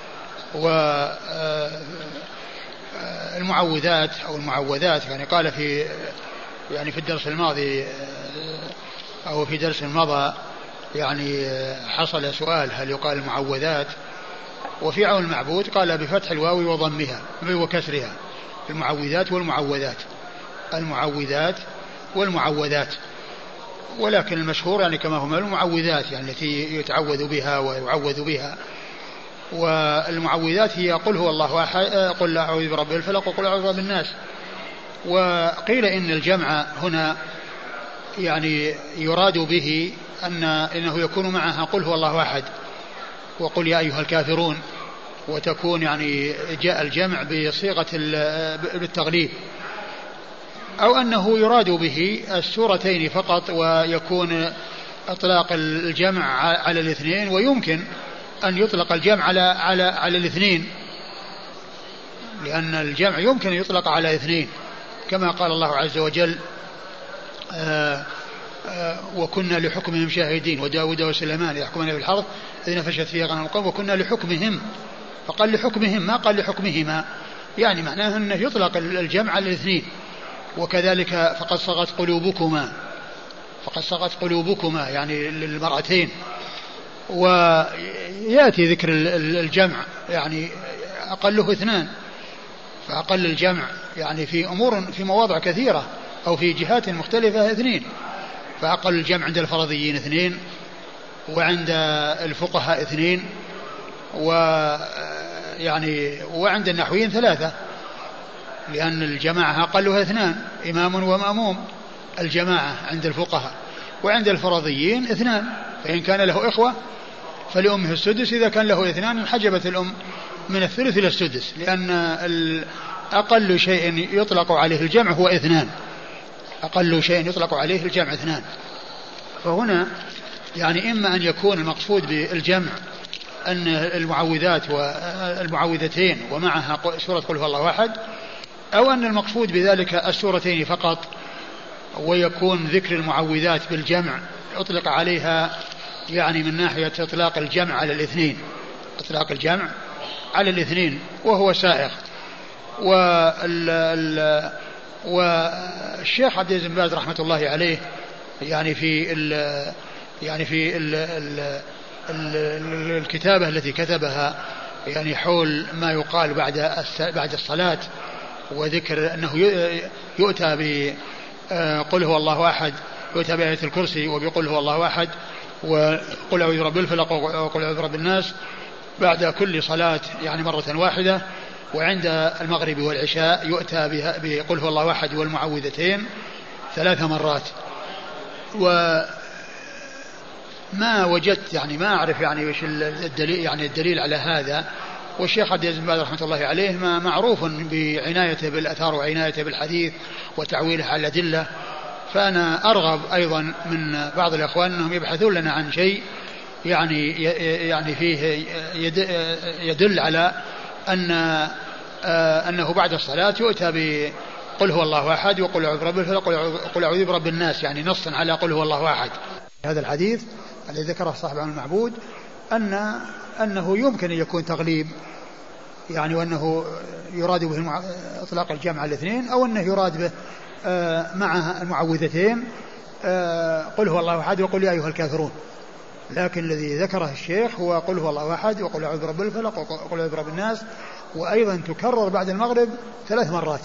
والمعوذات أو المعوذات يعني قال في الدرس الماضي أو في درس مضى يعني حصل سؤال هل يقال المعوذات، وفي عون المعبود قال بفتح الواو وضمها وكسرها، المعوذات والمعوذات، المعوذات والمعوذات، ولكن المشهور يعني كما هما المعوذات يعني التي يتعوذ بها ويعوذ بها. والمعوذات هي قل هو الله أحد، قل لا أعوذ برب الفلق، وقل أعوذ برب الناس. وقيل إن الجمع هنا يعني يراد به إنه يكون معها قل هو الله أحد وقل يا أيها الكافرون، وتكون يعني جاء الجمع بصيغة بالتغليب، أو أنه يراد به السورتين فقط ويكون إطلاق الجمع على الاثنين، ويمكن أن يطلق الجمع على الاثنين، لأن الجمع يمكن أن يطلق على اثنين كما قال الله عز وجل وكنا لحكمهم شاهدين وداود وسليمان يحكمون بالحرث إذ نفشت فيها غنم القوم وكنا لحكمهم، فقال لحكمهم ما قال لحكمهما، يعني معناه أنه يطلق الجمع على الاثنين. وكذلك فقد صغت قلوبكما يعني للمرأتين. ويأتي ذكر الجمع يعني أقله 2، فأقل الجمع يعني في مواضع كثيرة أو في جهات مختلفة 2، فأقل الجمع عند الفرضيين 2 وعند الفقهاء 2 وعند النحويين 3، لأن الجماعة أقلها 2 إمام ومأموم الجماعة عند الفقهاء، وعند الفرضيين 2، فإن كان له إخوة فلأمه السدس، إذا كان له 2 انحجبت الأم من الثلث إلى السدس، لأن أقل شيء يطلق عليه الجمع هو 2، أقل شيء يطلق عليه الجمع 2، فهنا يعني إما أن يكون المقصود بالجمع أن المعوذات والمعوذتين ومعها سورة قل هو الله أحد، أو أن المقصود بذلك السورتين فقط، ويكون ذكر المعوذات بالجمع أطلق عليها يعني من ناحية إطلاق الجمع على الاثنين، إطلاق الجمع على الاثنين وهو سائغ. والشيخ عبد العزيز بن باز رحمة الله عليه يعني في الكتابة التي كتبها يعني حول ما يقال بعد الصلاة، وذكر أنه يؤتى بقل هو الله أحد، يؤتى بآية الكرسي وبقل هو الله أحد وقل أعوذ برب الفلق وقل أعوذ برب الناس بعد كل صلاة يعني مرة واحدة، وعند المغرب والعشاء يؤتى بقل هو الله أحد والمعوذتين 3 مرات. وما وجدت يعني ما أعرف يعني وش الدليل، يعني الدليل على هذا. والشيخ عبد العزيز بن باز رحمة الله عليه ما معروف بعنايته بالأثار وعنايته بالحديث وتعويله على الأدلة، فأنا أرغب أيضا من بعض الأخوان أنهم يبحثون لنا عن شيء يعني فيه يدل على أنه بعد الصلاة يؤتى بقل هو الله أحد وقل أعوذ برب الفلق وقل أعوذ برب الناس، يعني نصا على قل هو الله أحد. هذا الحديث الذي ذكره صاحب عن المعبود أنه يمكن أن يكون تغليب، يعني وأنه يراد به إطلاق الجمع على الاثنين، أو أنه يراد به مع المعوذتين قل هو الله أحد وقل يا أيها الكافرون. لكن الذي ذكره الشيخ هو قل هو الله أحد وقل أعوذ برب الفلق وقل أعوذ برب الناس، وأيضا تكرر بعد المغرب 3 مرات.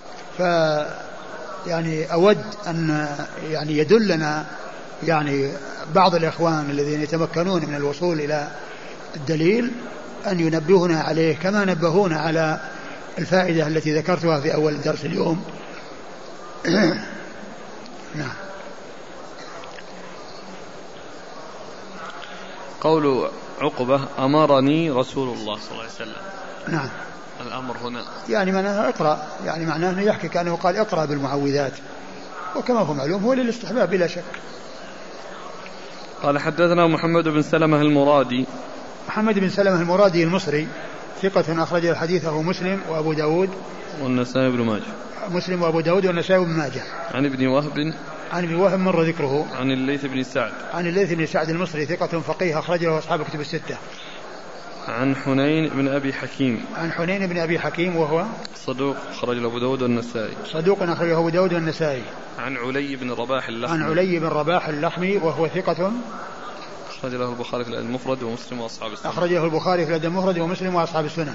يعني أود أن يعني يدلنا يعني بعض الإخوان الذين يتمكنون من الوصول إلى الدليل أن ينبهنا عليه كما نبهونا على الفائدة التي ذكرتها في أول درس اليوم. نعم. قول عقبة أمرني رسول الله صلى الله عليه وسلم. نعم. الأمر هنا يعني معناه اقرأ، يعني معناه أنه يحكي كأنه قال اقرأ بالمعوذات، وكما هو معلوم هو للاستحباب بلا شك. قال حدثنا محمد بن سلمة المرادي. محمد بن سلمة المرادي المصري ثقة أخرج حديثه مسلم وأبو داود والنسائي بن ماجه. مسلم وأبو داود والنسائي بن ماجه. عن ابن وهب مر ذكره. عن الليث بن سعد المصري ثقة فقيه أخرجه أصحاب كتب الستة. عن حنين بن أبي حكيم وهو صدوق أخرجه أبو داود والنسائي. عن علي بن رباح اللخمي وهو ثقة أخرجه البخاري في الأدب المفرد ومسلم وأصحاب السنن.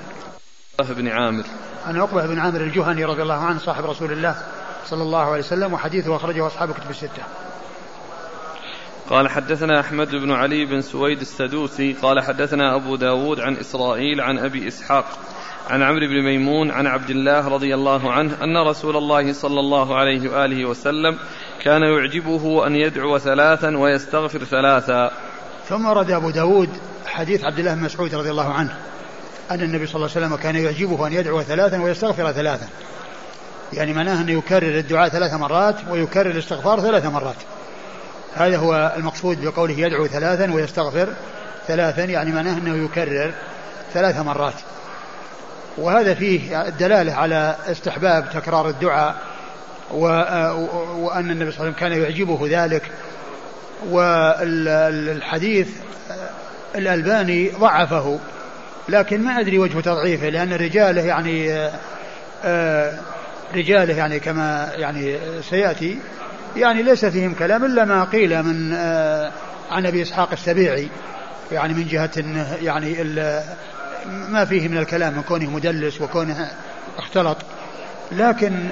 عن عقبة بن عامر الجهني رضي الله عنه صاحب رسول الله صلى الله عليه وسلم، وحديثه أخرجه أصحاب كتب الستة. قال حدثنا أحمد بن علي بن سويد السدوسي قال حدثنا أبو داود عن إسرائيل عن أبي إسحاق عن عمرو بن ميمون عن عبد الله رضي الله عنه أن رسول الله صلى الله عليه وآله وسلم كان يعجبه أن يدعو 3 ويستغفر 3. ثم ورد أبو داود حديث عبد الله بن مسعود رضي الله عنه أن النبي صلى الله عليه وسلم كان يعجبه أن يدعو 3 ويستغفر 3، يعني معناه أن يكرر الدعاء 3 مرات ويكرر الاستغفار 3 مرات. هذا هو المقصود بقوله يدعو 3 ويستغفر 3، يعني معناه أنه يكرر 3 مرات. وهذا فيه الدلالة على استحباب تكرار الدعاء، وأن النبي صلى الله عليه وسلم كان يعجبه ذلك. والحديث الألباني ضعفه، لكن ما أدري وجه تضعيفه، لأن رجاله يعني كما يعني سيأتي يعني ليس فيهم كلام إلا ما قيل من عن أبي إسحاق السبيعي، يعني من جهة يعني ما فيه من الكلام من كونه مدلس وكونه اختلط. لكن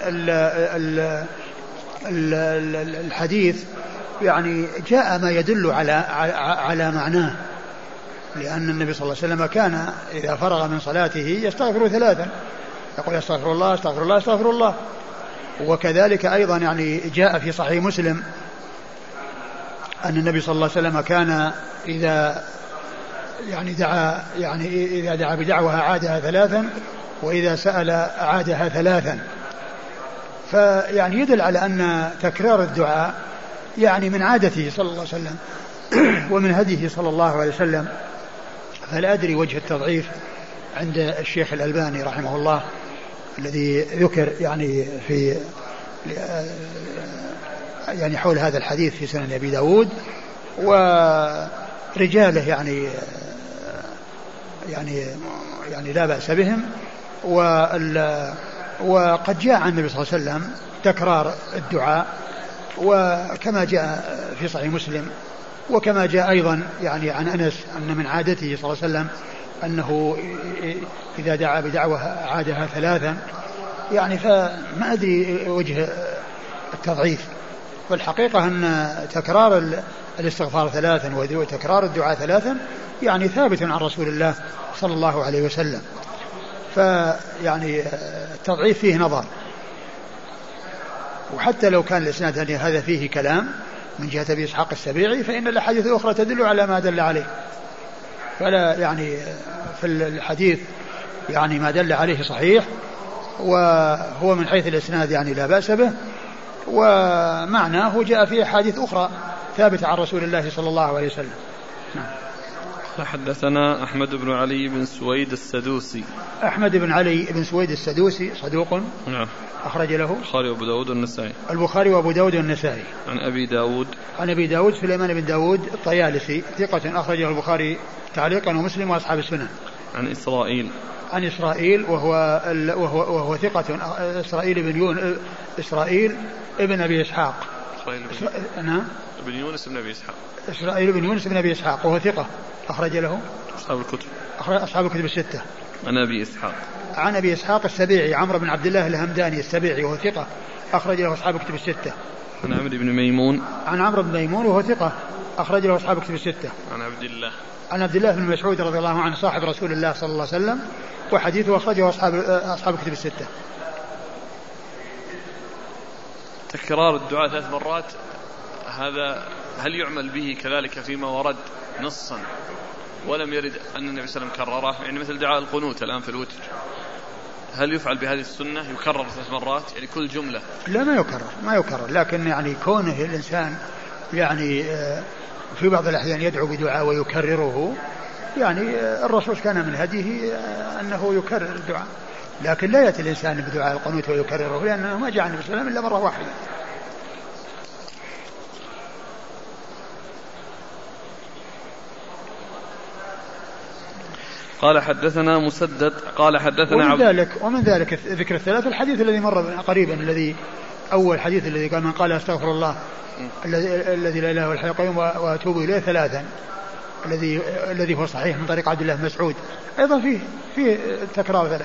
الحديث يعني جاء ما يدل على معناه، لأن النبي صلى الله عليه وسلم كان إذا فرغ من صلاته يستغفر 3، يقول استغفر الله استغفر الله استغفر الله. وكذلك أيضا يعني جاء في صحيح مسلم أن النبي صلى الله عليه وسلم كان إذا دعا بدعوها عادها 3، وإذا سأل عادها 3. فيعني يدل على أن تكرار الدعاء يعني من عادته صلى الله عليه وسلم ومن هديه صلى الله عليه وسلم. فلا أدري وجه التضعيف عند الشيخ الألباني رحمه الله الذي ذكر يعني في يعني حول هذا الحديث في سنن أبي داود ورجاله يعني لا بأس بهم. وقد جاء عن النبي صلى الله عليه وسلم تكرار الدعاء، وكما جاء في صحيح مسلم، وكما جاء أيضا يعني عن أنس أن من عادته صلى الله عليه وسلم أنه إذا دعا بدعوة عادها ثلاثا. يعني فما أدري وجه التضعيف، والحقيقة أن تكرار الاستغفار ثلاثا وتكرار الدعاء ثلاثا يعني ثابت عن رسول الله صلى الله عليه وسلم. فيعني التضعيف فيه نظر، وحتى لو كان الإسناد هذا فيه كلام من جهة أبي إسحاق السبيعي فإن الأحاديث الأخرى تدل على ما دل عليه. فلا يعني في الحديث يعني ما دل عليه صحيح، وهو من حيث الإسناد يعني لا بأس به، ومعناه جاء في أحاديث أخرى ثابتة عن رسول الله صلى الله عليه وسلم. حدثنا أحمد بن علي بن سويد السدوسي. أحمد بن علي بن سويد السدوسي صدوق، نعم، أخرج له البخاري وأبو داود والنسائي. البخاري وأبو داود والنسائي. عن أبي داود، عن أبي داود سليمان بن داود الطيالسي ثقة أخرجه البخاري تعليقا ومسلم وأصحاب السنن. عن إسرائيل، عن إسرائيل وهو ثقة إسرائيل ابن أبي إسحاق. نعم، ابن يونس بن أبي إسحاق. إسرائيل بن يونس بن أبي إسحاق وهو ثقة أخرج له أصحاب الكتب الستة. عن أبي إسحاق، عن أبي إسحاق السبيعي عمرو بن عبد الله الهمداني السبيعي وهو ثقة أخرج له أصحاب الكتب الستة. عن عمرو بن ميمون، عن عمرو بن ميمون وهو ثقة أخرج له أصحاب الكتب الستة. عن عبد الله بن مسعود رضي الله عنه صاحب رسول الله صلى الله عليه وسلم، وحديثه أخرجه أصحاب الكتب الستة. تكرار الدعاء 3 مرات، هذا هل يعمل به كذلك فيما ورد نصا ولم يرد أن النبي صلى الله عليه وسلم كرره؟ يعني مثل دعاء القنوت الآن في الوتر، هل يفعل بهذه السنة يكرر 3 مرات يعني كل جملة؟ لا، ما يكرر، لكن يعني كونه الإنسان يعني في بعض الأحيان يدعو بدعاء ويكرره، يعني الرسول كان من هديه أنه يكرر الدعاء، لكن لا يأتي الإنسان بدعاء القنوت ويكرره، لأنه ما جاء النبي صلى الله عليه وسلم إلا مرة واحدة. قال حدثنا مسدد قال حدثنا ومن ذلك ذكر الثلاث الحديث الذي مر قريبا، الذي أول حديث الذي قال من قال استغفر الله الذي لا إله إلا الحي القيوم وأتوب إليه 3، الذي هو صحيح من طريق عبد الله بن مسعود، أيضا فيه تكرار 3.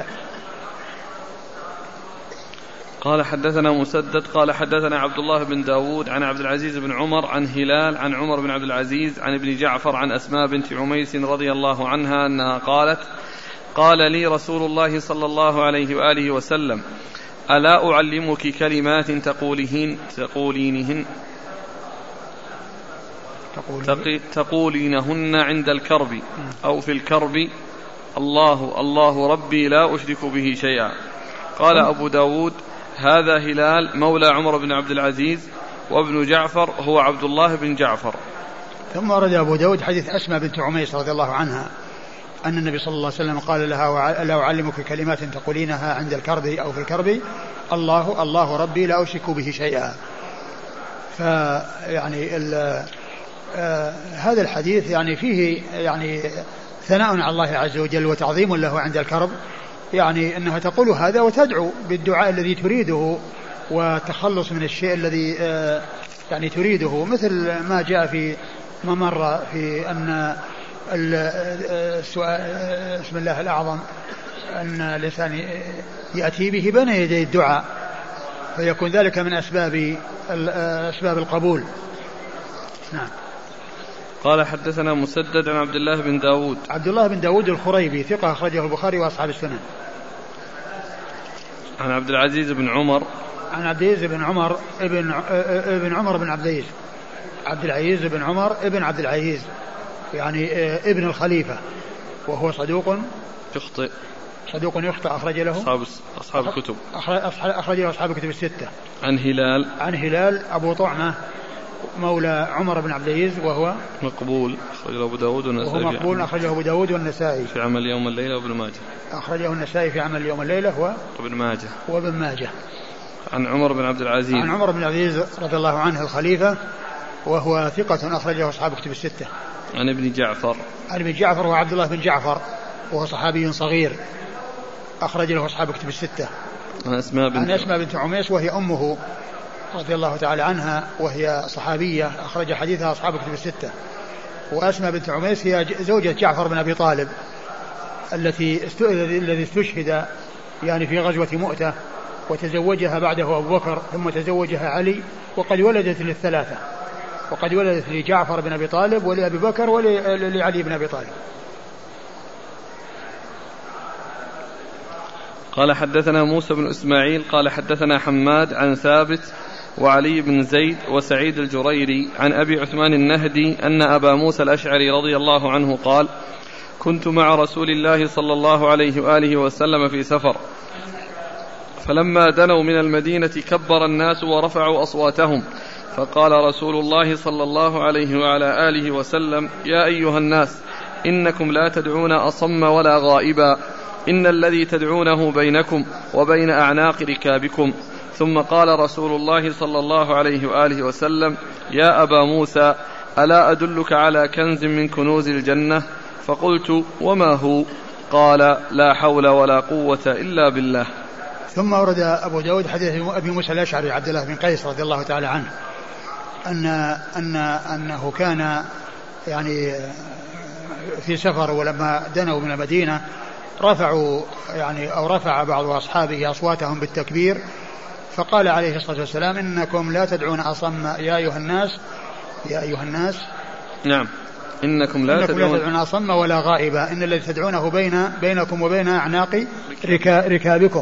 قال حدثنا مسدد قال حدثنا عبد الله بن داود عن عبد العزيز بن عمر عن هلال عن عمر بن عبد العزيز عن ابن جعفر عن أسماء بنت عميس رضي الله عنها أنها قالت قال لي رسول الله صلى الله عليه وآله وسلم ألا أعلمك كلمات تقولينهن عند الكرب أو في الكرب الله ربي لا أشرك به شيئا. قال أبو داود هذا هلال مولى عمر بن عبد العزيز، وابن جعفر هو عبد الله بن جعفر. ثم ورد أبو داود حديث أسماء بنت عميس رضي الله عنها أن النبي صلى الله عليه وسلم قال لها ألا أعلمك كلمات تقولينها عند الكرب أو في الكرب الله ربي لا أشرك به شيئا. فيعني هذا الحديث يعني فيه يعني ثناء على الله عز وجل وتعظيم له عند الكرب، يعني أنها تقول هذا وتدعو بالدعاء الذي تريده وتخلص من الشيء الذي يعني تريده، مثل ما جاء في ما مر في أن اسم الله الأعظم أن الإنسان يأتي به بين يدي الدعاء فيكون ذلك من أسباب القبول. نعم. قال حدثنا مسدد عن عبد الله بن داود الخريبي ثقة أخرجه البخاري وأصحاب السنن. عن عبد العزيز بن عمر ابن عمر بن عبد العزيز، عبد العزيز بن عمر ابن عبد العزيز يعني ابن الخليفة، وهو صدوق يخطئ أخرج له أصحاب الكتب، أخرج له أصحاب الكتب الستة. عن هلال أبو طعمة مولى عمر بن عبد العزيز وهو مقبول أخرجه أبو داود والنسائي. وهو مقبول أخرجه أبو داود والنسائي في عمل يوم الليلة وابن ماجه. أخرجه النسائي في عمل يوم الليلة وابن ماجه. عن عمر بن عبد العزيز. عن عمر بن عبد العزيز رضي الله عنه الخليفة وهو ثقة أخرجه أصحاب كتب الستة. عن ابن جعفر. عن ابن جعفر وعبد الله بن جعفر وهو صحابي صغير أخرج له أصحاب كتب الستة. عن أسماء بنت عميس وهي أمه رضي الله تعالى عنها وهي صحابية أخرج حديثها أصحاب كتب الستة. وأسماء بنت عميس هي زوجة جعفر بن أبي طالب الذي استشهد يعني في غزوة مؤتة وتزوجها بعده أبو بكر ثم تزوجها علي وقد ولدت للثلاثة وقد ولدت لجعفر بن أبي طالب ولأبي بكر ولعلي بن أبي طالب. قال حدثنا موسى بن إسماعيل قال حدثنا حماد عن ثابت وعلي بن زيد وسعيد الجريري عن أبي عثمان النهدي أن أبا موسى الأشعري رضي الله عنه قال كنت مع رسول الله صلى الله عليه وآله وسلم في سفر فلما دنوا من المدينة كبر الناس ورفعوا أصواتهم فقال رسول الله صلى الله عليه وعلى آله وسلم يا أيها الناس إنكم لا تدعون أصم ولا غائبا إن الذي تدعونه بينكم وبين أعناق ركابكم. ثم قال رسول الله صلى الله عليه وآله وسلم يا أبا موسى ألا أدلك على كنز من كنوز الجنة؟ فقلت وما هو؟ قال لا حول ولا قوة إلا بالله. ثم ورد أبو داود حديث أبي موسى الأشعري عبد الله بن قيس رضي الله تعالى عنه أنه كان يعني في سفر ولما دنوا من المدينة رفعوا يعني أو رفع بعض أصحابه أصواتهم بالتكبير فقال عليه الصلاة والسلام إنكم لا تدعون أصم يا أيها الناس نعم إنكم لا تدعون أصم ولا غائبا إن الذي تدعونه بينكم وبين أعناق ركابكم.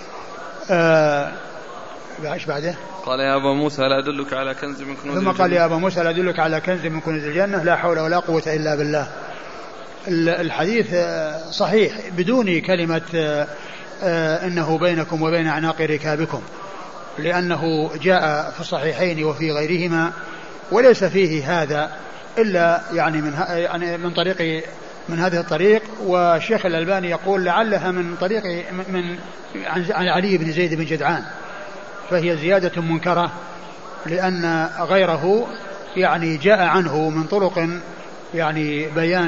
ايش بعده؟ قال يا أبا موسى لا أدلك على كنز من كنوز ثم قال يا أبا موسى لا أدلك على كنز من كنوز الجنة لا حول ولا قوة إلا بالله. الحديث صحيح بدون كلمة إنه بينكم وبين أعناق ركابكم لأنه جاء في الصحيحين وفي غيرهما وليس فيه هذا إلا يعني من طريق من هذه الطريق. والشيخ الألباني يقول لعلها من طريق عن علي بن زيد بن جدعان فهي زيادة منكرة لأن غيره يعني جاء عنه من طرق يعني بيان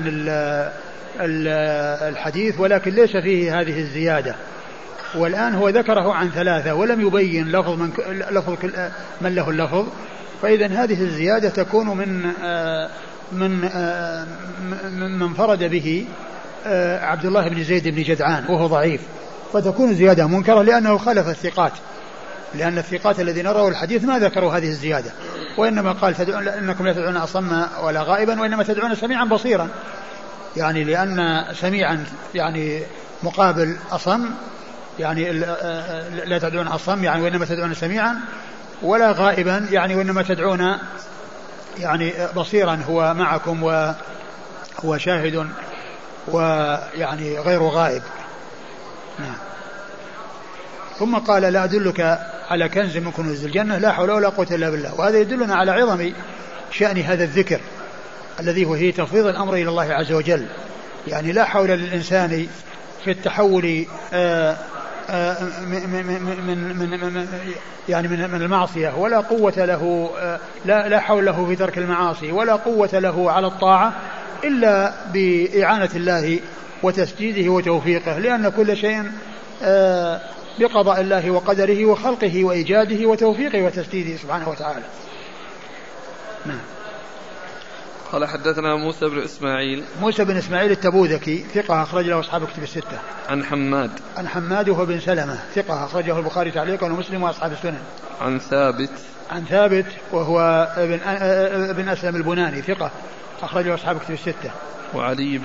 الحديث ولكن ليس فيه هذه الزيادة. والآن هو ذكره عن ثلاثة ولم يبين لفظ من له اللفظ فإذا هذه الزيادة تكون من فرد به عبد الله بن زيد بن جدعان وهو ضعيف فتكون زيادة منكرة لأنه خالف الثقات لأن الثقات الذين رووا الحديث ما ذكروا هذه الزيادة وإنما قال إنكم لا تدعون أصم ولا غائبا وإنما تدعون سميعا بصيرا يعني لأن سميعا يعني مقابل أصم يعني لا تدعون أصم يعني وإنما تدعون سميعا ولا غائبا يعني وإنما تدعون يعني بصيرا هو معكم وهو شاهد ويعني غير غائب. نعم. ثم قال لا أدلك على كنز من كنوز الجنة لا حول ولا قوة إلا بالله. وهذا يدلنا على عظم شأن هذا الذكر الذي هو تفويض الأمر إلى الله عز وجل يعني لا حول للإنسان في التحول من المعصية ولا قوة له لا حول له في ترك المعاصي ولا قوة له على الطاعة إلا بإعانة الله وتسديده وتوفيقه لأن كل شيء بقضاء الله وقدره وخلقه وإيجاده وتوفيقه وتسديده سبحانه وتعالى. نعم. قال حدثنا موسى بن إسماعيل التبوذكي ثقة أخرج له أصحاب كتب الستة. عن حماد وهو بن سلمة ثقة أخرجه البخاري تعليقا ومسلم وأصحاب السنن. عن ثابت وهو ابن أسلم البناني ثقة أخرجه أصحاب كتب الستة. وعلي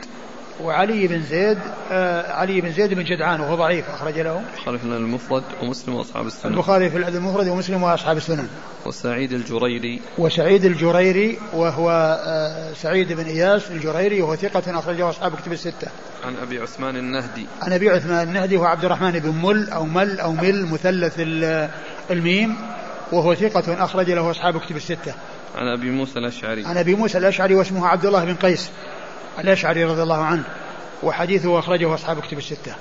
بن زيد بن جدعان وهو ضعيف أخرج له البخاري في المفرد ومسلم وأصحاب السنن. البخاري في المفرد ومسلم وأصحاب السنن. وسعيد الجريري وهو سعيد بن إياس الجريري وهو ثقة أخرجه أصحاب كتب الستة. عن أبي عثمان النهدي هو عبد الرحمن بن مل أو مل مثلث الميم وهو ثقة أخرج له أصحاب كتب الستة. عن أبي موسى الأشعري. عن أبي موسى الأشعري واسمه عبد الله بن قيس الأشعري رضي الله عنه، وحديثه أخرجه أصحاب كتب الستة.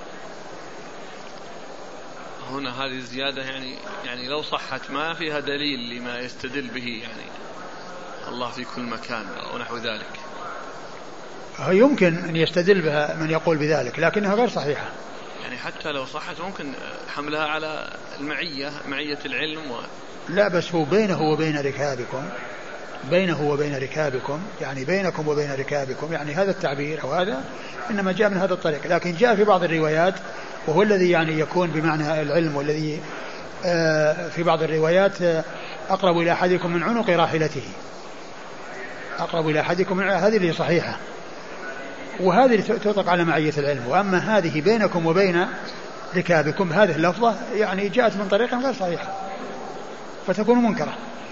هنا هذه الزيادة يعني لو صحت ما فيها دليل لما يستدل به، يعني الله في كل مكان ونحو ذلك. يمكن أن يستدل بها من يقول بذلك، لكنها غير صحيحة. يعني حتى لو صحت ممكن حملها على معية العلم لا بس هو بينه وبين ركابكم، يعني بينكم وبين ركابكم، يعني هذا التعبير أو هذا إنما جاء من هذا الطريق، لكن جاء في بعض الروايات وهو الذي يعني يكون بمعنى العلم، والذي في بعض الروايات أقرب إلى أحدكم من عنق راحلته، أقرب إلى أحدكم من، هذه اللي صحيحة، وهذه تطلق على معية العلم. وأما هذه بينكم وبين ركابكم، هذه اللفظة يعني جاءت من طريق غير صحيحة فتكون منكرة.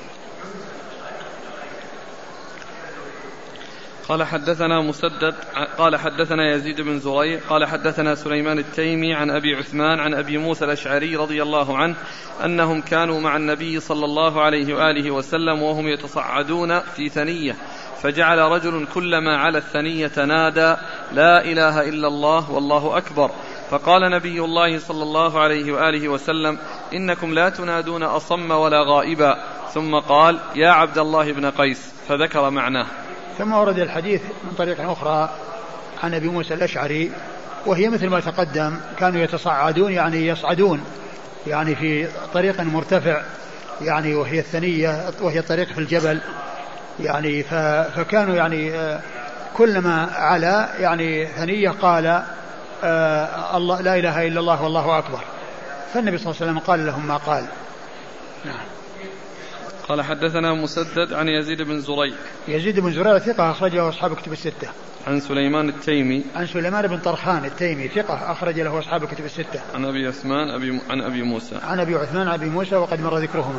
قال حدثنا مسدد قال حدثنا يزيد بن زريع قال حدثنا سليمان التيمي عن أبي عثمان عن أبي موسى الأشعري رضي الله عنه أنهم كانوا مع النبي صلى الله عليه وآله وسلم وهم يتصعدون في ثنية، فجعل رجل كلما على الثنية نادى لا إله إلا الله والله أكبر، فقال نبي الله صلى الله عليه وآله وسلم إنكم لا تنادون أصم ولا غائبا، ثم قال يا عبد الله بن قيس، فذكر معناه. ثم ورد الحديث من طريق أخرى عن أبي موسى الأشعري، وهي مثل ما تقدم، كانوا يتصعدون يعني يصعدون يعني في طريق مرتفع، يعني وهي الثنية وهي الطريق في الجبل، يعني فكانوا يعني كلما على يعني ثنية قال الله لا إله إلا الله والله أكبر، فالنبي صلى الله عليه وسلم قال لهم ما قال. نعم. قال حدثنا مسدد عن يزيد بن زريع. يزيد بن زريع ثقة أخرج له أصحاب كتب الستة. عن سليمان التيمي. عن سليمان بن طرخان التيمي ثقة أخرج له أصحاب كتب الستة. عن أبي عثمان عن أبي موسى. عن أبي عثمان أبي موسى وقد مر ذكرهما.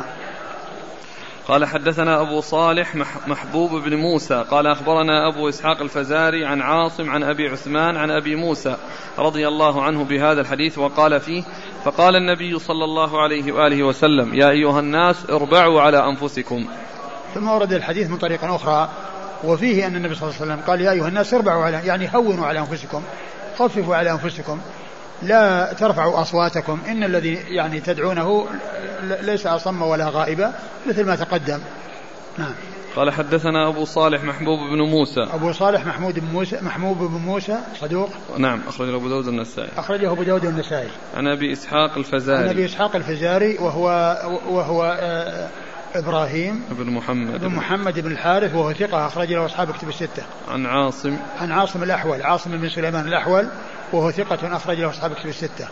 قال حدثنا أبو صالح محبوب بن موسى قال أخبرنا أبو إسحاق الفزاري عن عاصم عن أبي عثمان عن أبي موسى رضي الله عنه بهذا الحديث، وقال فيه فقال النبي صلى الله عليه وآله وسلم يا أيها الناس اربعوا على أنفسكم. ثم ورد الحديث من طريق أخرى وفيه أن النبي صلى الله عليه وسلم قال يا أيها الناس اربعوا على، يعني هونوا على أنفسكم، خففوا على أنفسكم، لا ترفعوا أصواتكم، إن الذي يعني تدعونه ليس أصم ولا غائبا، مثل ما تقدم. نعم. قال حدثنا أبو صالح محبوب بن موسى. أبو صالح محمود بن موسى صدوق. نعم أخرجه أبو داود النسائي. أخرجه أبو داود النسائي. عن أبي إسحاق الفزاري. عن أبي إسحاق الفزاري وهو إبراهيم بن محمد بن الحارث، وهو ثقة أخرج له أصحاب كتب الستة. عن عاصم الأحول، عاصم بن سليمان الأحول، وهو ثقة أخرج له أصحاب كتب الستة.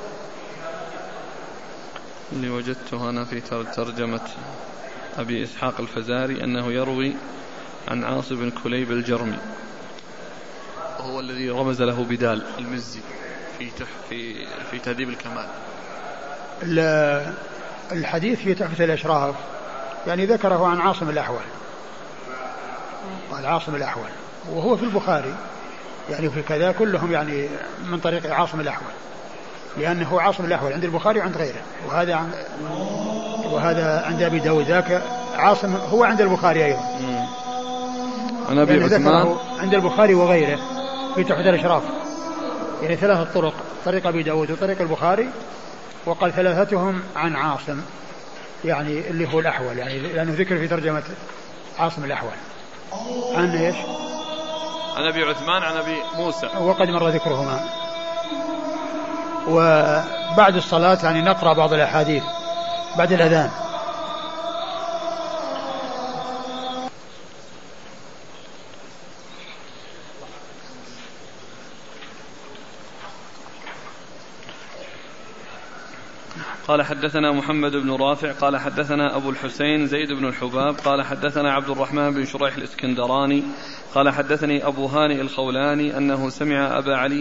اللي وجدته أنا في ترجمة أبي إسحاق الفزاري أنه يروي عن عاصم بن كليب الجرمي، وهو الذي رمز له بدال المزي في تهذيب الكمال. الحديث في تحفة الأشراف يعني ذكره عن عاصم الأحول، قال عاصم الأحول، وهو في البخاري يعني في كذا كلهم يعني من طريق عاصم الأحول، لأنه عاصم الأحول عند البخاري وعند غيره، وهذا عند أبي داود، ذاك عاصم هو عند البخاري أيضا. عن أبي عثمان عند البخاري وغيره في تحفة الأشراف، يعني ثلاثة طرق، طريق أبي داود وطريق البخاري، وقال ثلاثتهم عن عاصم يعني اللي هو الأحول، يعني لأنه ذكر في ترجمة عاصم الأحول. عن إيش؟ عن أبي عثمان عن أبي موسى، وقد مر ذكرهما. وبعد الصلاة يعني نقرأ بعض الأحاديث بعد الأذان. قال حدثنا محمد بن رافع قال حدثنا أبو الحسين زيد بن الحباب قال حدثنا عبد الرحمن بن شريح الإسكندراني قال حدثني أبو هانئ الخولاني أنه سمع أبا علي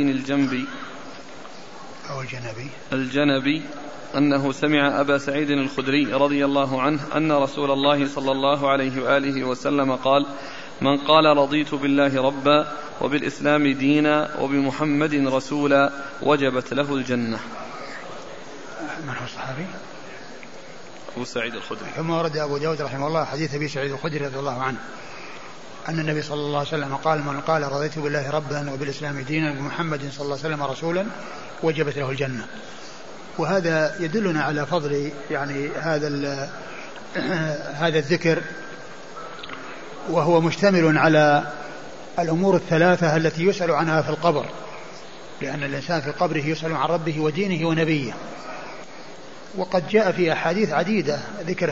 الجنبي أنه سمع أبا سعيد الخدري رضي الله عنه أن رسول الله صلى الله عليه وآله وسلم قال من قال رضيت بالله ربا وبالإسلام دينا وبمحمد رسولا وجبت له الجنة. من هو الصحابي؟ أبو سعيد الخدري. ثم ورد أبو داود رحمه الله حديث أبي سعيد الخدري رضي الله عنه أن النبي صلى الله عليه وسلم قال: من قال رضيت بالله ربا وبالإسلام دينا وبمحمد صلى الله عليه وسلم رسولا وجبت له الجنة. وهذا يدلنا على فضل يعني هذا الذكر، وهو مشتمل على الأمور الثلاثة التي يسأل عنها في القبر، لأن الإنسان في قبره يسأل عن ربه ودينه ونبيه. وقد جاء في أحاديث عديدة ذكر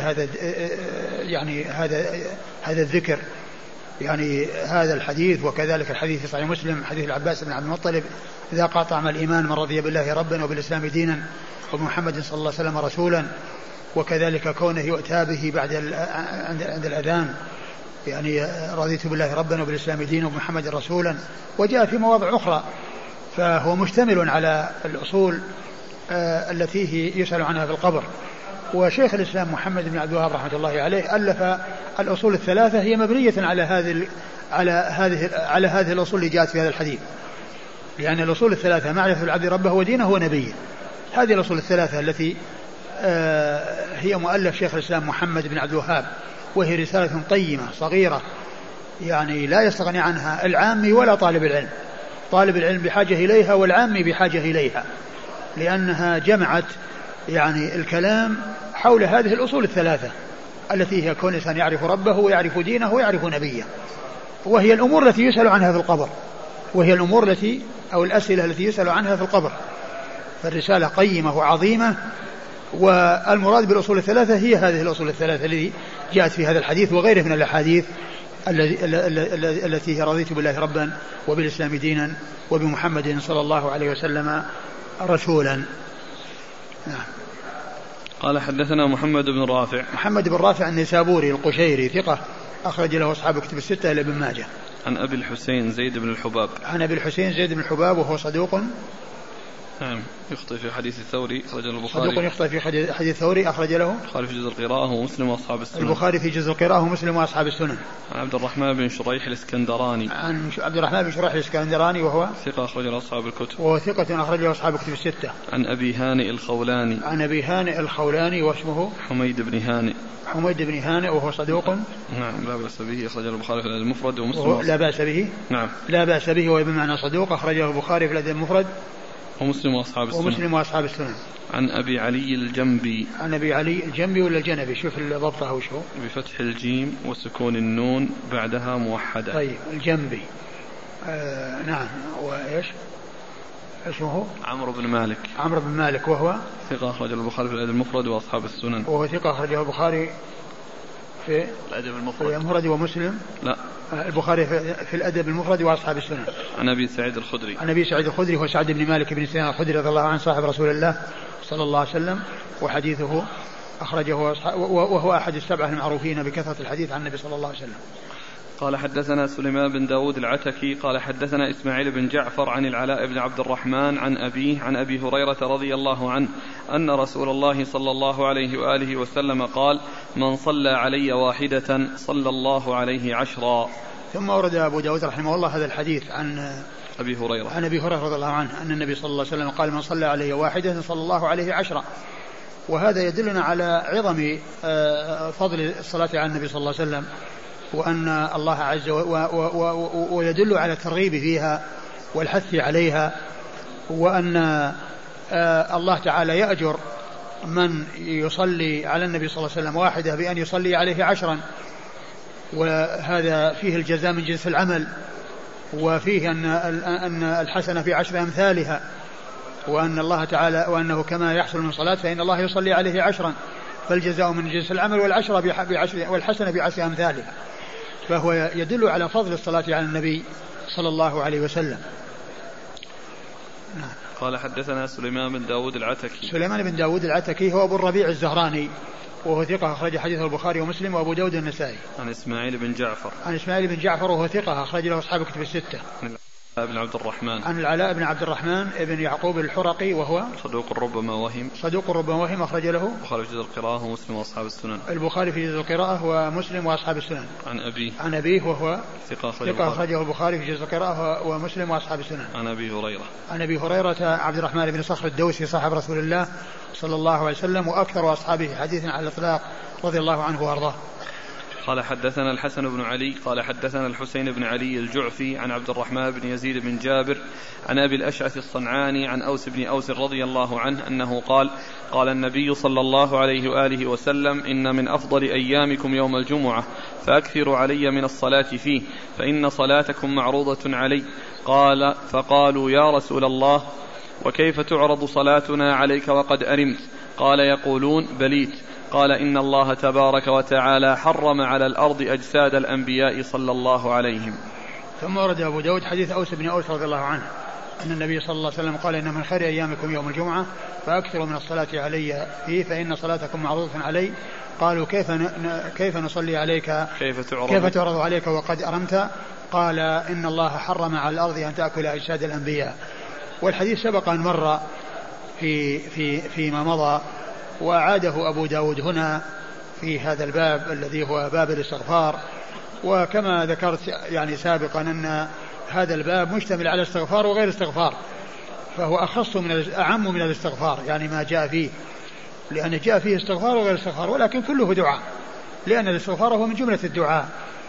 هذا الذكر، يعني هذا الحديث وكذلك الحديث في صحيح مسلم حديث العباس بن عبد المطلب: إذا قال طعم الإيمان من رضي بالله ربا وبالإسلام دينا وبمحمد صلى الله عليه وسلم رسولا. وكذلك كونه يؤتى به بعد عند الأذان، يعني رضيت بالله ربا وبالإسلام دينا وبمحمد رسولا. وجاء في مواضع أخرى، فهو مشتمل على الأصول التي هي يسأل عنها في القبر. وشيخ الإسلام محمد بن عبد الوهاب رحمة الله عليه ألف الأصول الثلاثة، هي مبنية على هذه الأصول اللي جاءت في هذا الحديث، لأن الأصول الثلاثة معرفة العبد ربه ودينه ونبيه. هذه الأصول الثلاثة التي هي مؤلف شيخ الإسلام محمد بن عبد الوهاب، وهي رسالة قيمة صغيرة يعني لا يستغني عنها العامي ولا طالب العلم. طالب العلم بحاجة إليها والعامي بحاجة إليها، لأنها جمعت يعني الكلام حول هذه الأصول الثلاثة التي هي كون الإنسان يعرف ربه ويعرف دينه ويعرف نبيه، وهي الأمور التي يسأل عنها في القبر، وهي الأمور التي أو الأسئلة التي يسأل عنها في القبر. فالرسالة قيمة وعظيمة، والمراد بالأصول الثلاثة هي هذه الأصول الثلاثة التي جاءت في هذا الحديث وغيره من الأحاديث التي هي رضيت بالله ربا وبالإسلام دينا وبمحمد صلى الله عليه وسلم رسولا. نعم. قال: حدثنا محمد بن رافع. محمد بن رافع النسابوري القشيري ثقة أخرج له أصحاب كتب الستة إلى ابن ماجه. عن أبي الحسين زيد بن الحباب. عن أبي الحسين زيد بن الحباب وهو صدوق. نعم. يخطئ في حديث الثوري أخرج له البخاري. صدوق يخطئ في حديث الثوري أخرج له البخاري في جزء القراءة ومسلم وأصحاب السنن. البخاري في جزء القراءة ومسلم وأصحاب السنن. عن عبد الرحمن بن شريح الإسكندراني. عن عبد الرحمن بن شريح الإسكندراني وهو ثقة أخرج له أصحاب الكتب. وهو ثقة أخرج له أصحاب الكتب الستة. عن أبي هانئ الخولاني. عن أبي هانئ الخولاني واسمه حميد بن هانئ. حميد بن هانئ وهو صدوق. نعم. لا بأس به أخرج له البخاري في الأدب المفرد ومسلم. لا بأس به. نعم. لا بأس به وبمعنى صدوق أخرجه البخاري في الأدب المفرد ومسلم وأصحاب السنن. ومسلم وأصحاب السنن. عن أبي علي الجنبي. عن أبي علي الجنبي ولا الجنبي؟ شوف ضبطها وش هو. بفتح الجيم وسكون النون بعدها موحدة. طيب الجنبي. نعم. وإيش اسمه؟ عمرو بن مالك. عمرو بن مالك وهو ثقة أخرجه البخاري في الأدب المفرد وأصحاب السنن. وهو ثقة أخرجه البخاري في الأدب المفرد ومسلم. لا، البخاري في الأدب المفرد وأصحاب السنن. عن أبي سعيد الخدري. عن أبي سعيد الخدري هو سعد بن مالك بن سنان الخدري رضي الله عنه صاحب رسول الله صلى الله عليه وسلم، وحديثه أخرجه وهو أحد السبعة المعروفين بكثرة الحديث عن النبي صلى الله عليه وسلم. قال: حدثنا سليمان بن داود العتكي قال: حدثنا إسماعيل بن جعفر عن العلاء بن عبد الرحمن عن أبيه عن أبي هريرة رضي الله عنه أن رسول الله صلى الله عليه وآله وسلم قال: من صلى علي واحدة صلى الله عليه 10. ثم ورد أبو داود رحمه الله هذا الحديث عن أبي هريرة رضي الله عنه أن النبي صلى الله عليه وسلم قال: من صلى علي واحدة صلى الله عليه 10. وهذا يدلنا على عظم فضل الصلاة على النبي صلى الله عليه وسلم، وأن الله عز ويدل على الترغيب فيها والحث عليها، وأن الله تعالى يأجر من يصلي على النبي صلى الله عليه وسلم واحدة بأن يصلي عليه 10. وهذا فيه الجزاء من جنس العمل، وفيه أن الحسنة في 10 أمثالها، وأن الله تعالى وأنه كما يحصل من صلاة فإن الله يصلي عليه 10، فالجزاء من جنس العمل والحسنة ب10 أمثالها. فهو يدل على فضل الصلاة على النبي صلى الله عليه وسلم. نعم. قال: حدثنا سليمان بن داود العتكي. سليمان بن داود العتكي هو أبو الربيع الزهراني وهو ثقة أخرج حديثه البخاري ومسلم وأبو داود النسائي. عن إسماعيل بن جعفر. عن إسماعيل بن جعفر وهو ثقة أخرج له أصحاب كتب الستة. بن عبد الرحمن. عن العلاء بن عبد الرحمن بن يعقوب الحرقي وهو صدوق ربما وهم. صدوق ربما وهم. أخرج له البخاري في جزء القراءة ومسلم وأصحاب السنن. البخاري في جزء القراءة ومسلم وأصحاب السنن. عن أبيه وهو ثقة أخرجه البخاري في جزء القراءة ومسلم وأصحاب السنن. عن أبي هريرة عبد الرحمن بن صخر الدوسي صاحب رسول الله صلى الله عليه وسلم وأكثر أصحابه حديثا على الإطلاق رضي الله عنه وأرضاه. قال حدثنا الحسن بن علي قال حدثنا الحسين بن علي الجعفي عن عبد الرحمن بن يزيد بن جابر عن أبي الأشعث الصنعاني عن أوس بن أوس رضي الله عنه أنه قال قال النبي صلى الله عليه وآله وسلم إن من أفضل أيامكم يوم الجمعة فأكثروا علي من الصلاة فيه فإن صلاتكم معروضة علي. قال فقالوا يا رسول الله وكيف تعرض صلاتنا عليك وقد أرمت؟ قال يقولون بليت. قال إن الله تبارك وتعالى حرم على الأرض أجساد الأنبياء صلى الله عليهم. ثم ورد أبو داود حديث أوس بن أوس رضي الله عنه أن النبي صلى الله عليه وسلم قال إن من خير أيامكم يوم الجمعة فأكثروا من الصلاة علي فيه فإن صلاتكم معروضة علي. قالوا كيف نصلي عليك كيف تعرض عليك وقد أرمت؟ قال إن الله حرم على الأرض أن تأكل أجساد الأنبياء. والحديث سبق أن مر فيما مضى وأعاده أبو داود هنا في هذا الباب الذي هو باب الاستغفار. وكما ذكرت يعني سابقا أن هذا الباب مشتمل على استغفار وغير استغفار فهو أخص أعم من الاستغفار يعني ما جاء فيه لأن جاء فيه استغفار وغير استغفار ولكن كله دعاء لأن الاستغفار هو من جملة الدعاء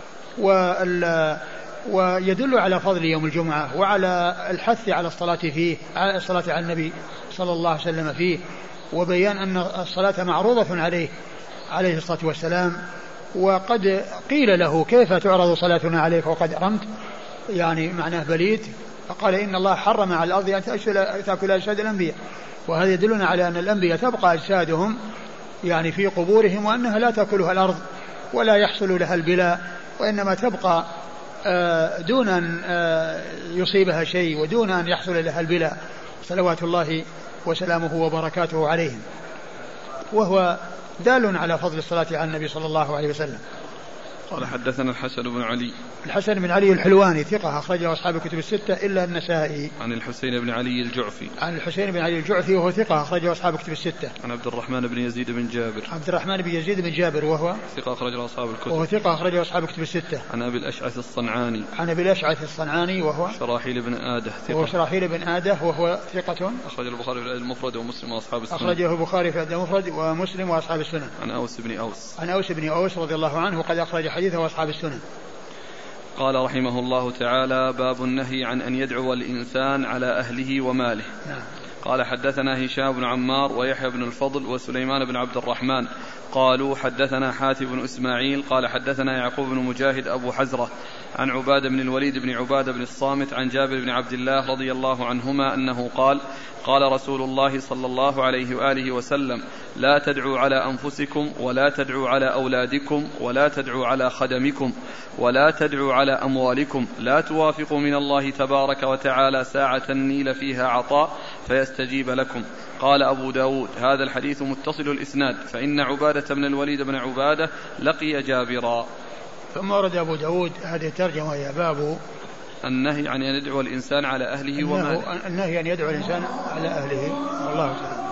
ويدل على فضل يوم الجمعة وعلى الحث على الصلاة فيه على الصلاة على النبي صلى الله عليه وسلم فيه وبيان أن الصلاة معروضة عليه الصلاة والسلام. وقد قيل له كيف تعرض صلاتنا عليك وقد أرمت يعني معناه بليت فقال إن الله حرم على الأرض أن تأكل أجساد الأنبياء وهذا يدلنا على أن الأنبياء تبقى أجسادهم يعني في قبورهم وأنها لا تأكلها الأرض ولا يحصل لها البلاء وإنما تبقى دون أن يصيبها شيء ودون أن يحصل لها البلاء صلوات الله وسلامه وبركاته عليهم. وهو دال على فضل الصلاة على النبي صلى الله عليه وسلم. قال حدثنا الحسن بن علي الحلواني ثقة أخرجه أصحاب الكتب الستة إلا النسائي. عن الحسين بن علي الجعفي وهو ثقة أخرجه أصحاب الكتب الستة. عن عبد الرحمن بن يزيد بن جابر وهو ثقة أخرجه أصحاب الكتب الستة. عن أبي الأشعث الصنعاني وهو شراحيل بن آده وهو ثقة أخرجه البخاري في الأدب المفرد ومسلم وأصحاب السنن. عن أوس بن أوس رضي الله عنه وقد أخرج حديثه وأصحاب السنن. قال رحمه الله تعالى باب النهي عن أن يدعو الإنسان على أهله وماله. قال حدثنا هشام بن عمار ويحيى بن الفضل وسليمان بن عبد الرحمن قالوا حدثنا حاتم بن إسماعيل قال حدثنا يعقوب بن مجاهد أبو حزرة عن عبادة بن الوليد بن عبادة بن الصامت عن جابر بن عبد الله رضي الله عنهما أنه قال قال رسول الله صلى الله عليه وآله وسلم لا تدعوا على أنفسكم ولا تدعوا على أولادكم ولا تدعوا على خدمكم ولا تدعوا على أموالكم لا توافقوا من الله تبارك وتعالى ساعة نيل فيها عطاء فيستجيب لكم. قال أبو داود هذا الحديث متصل الإسناد فإن عبادة بن الوليد بن عبادة لقي جابرا. ثم ورد أبو داود هذه الترجمة يا باب النهي عن أن يدعو الإنسان على أهله وماله. النهي أن يدعو الإنسان على أهله والله تعالى.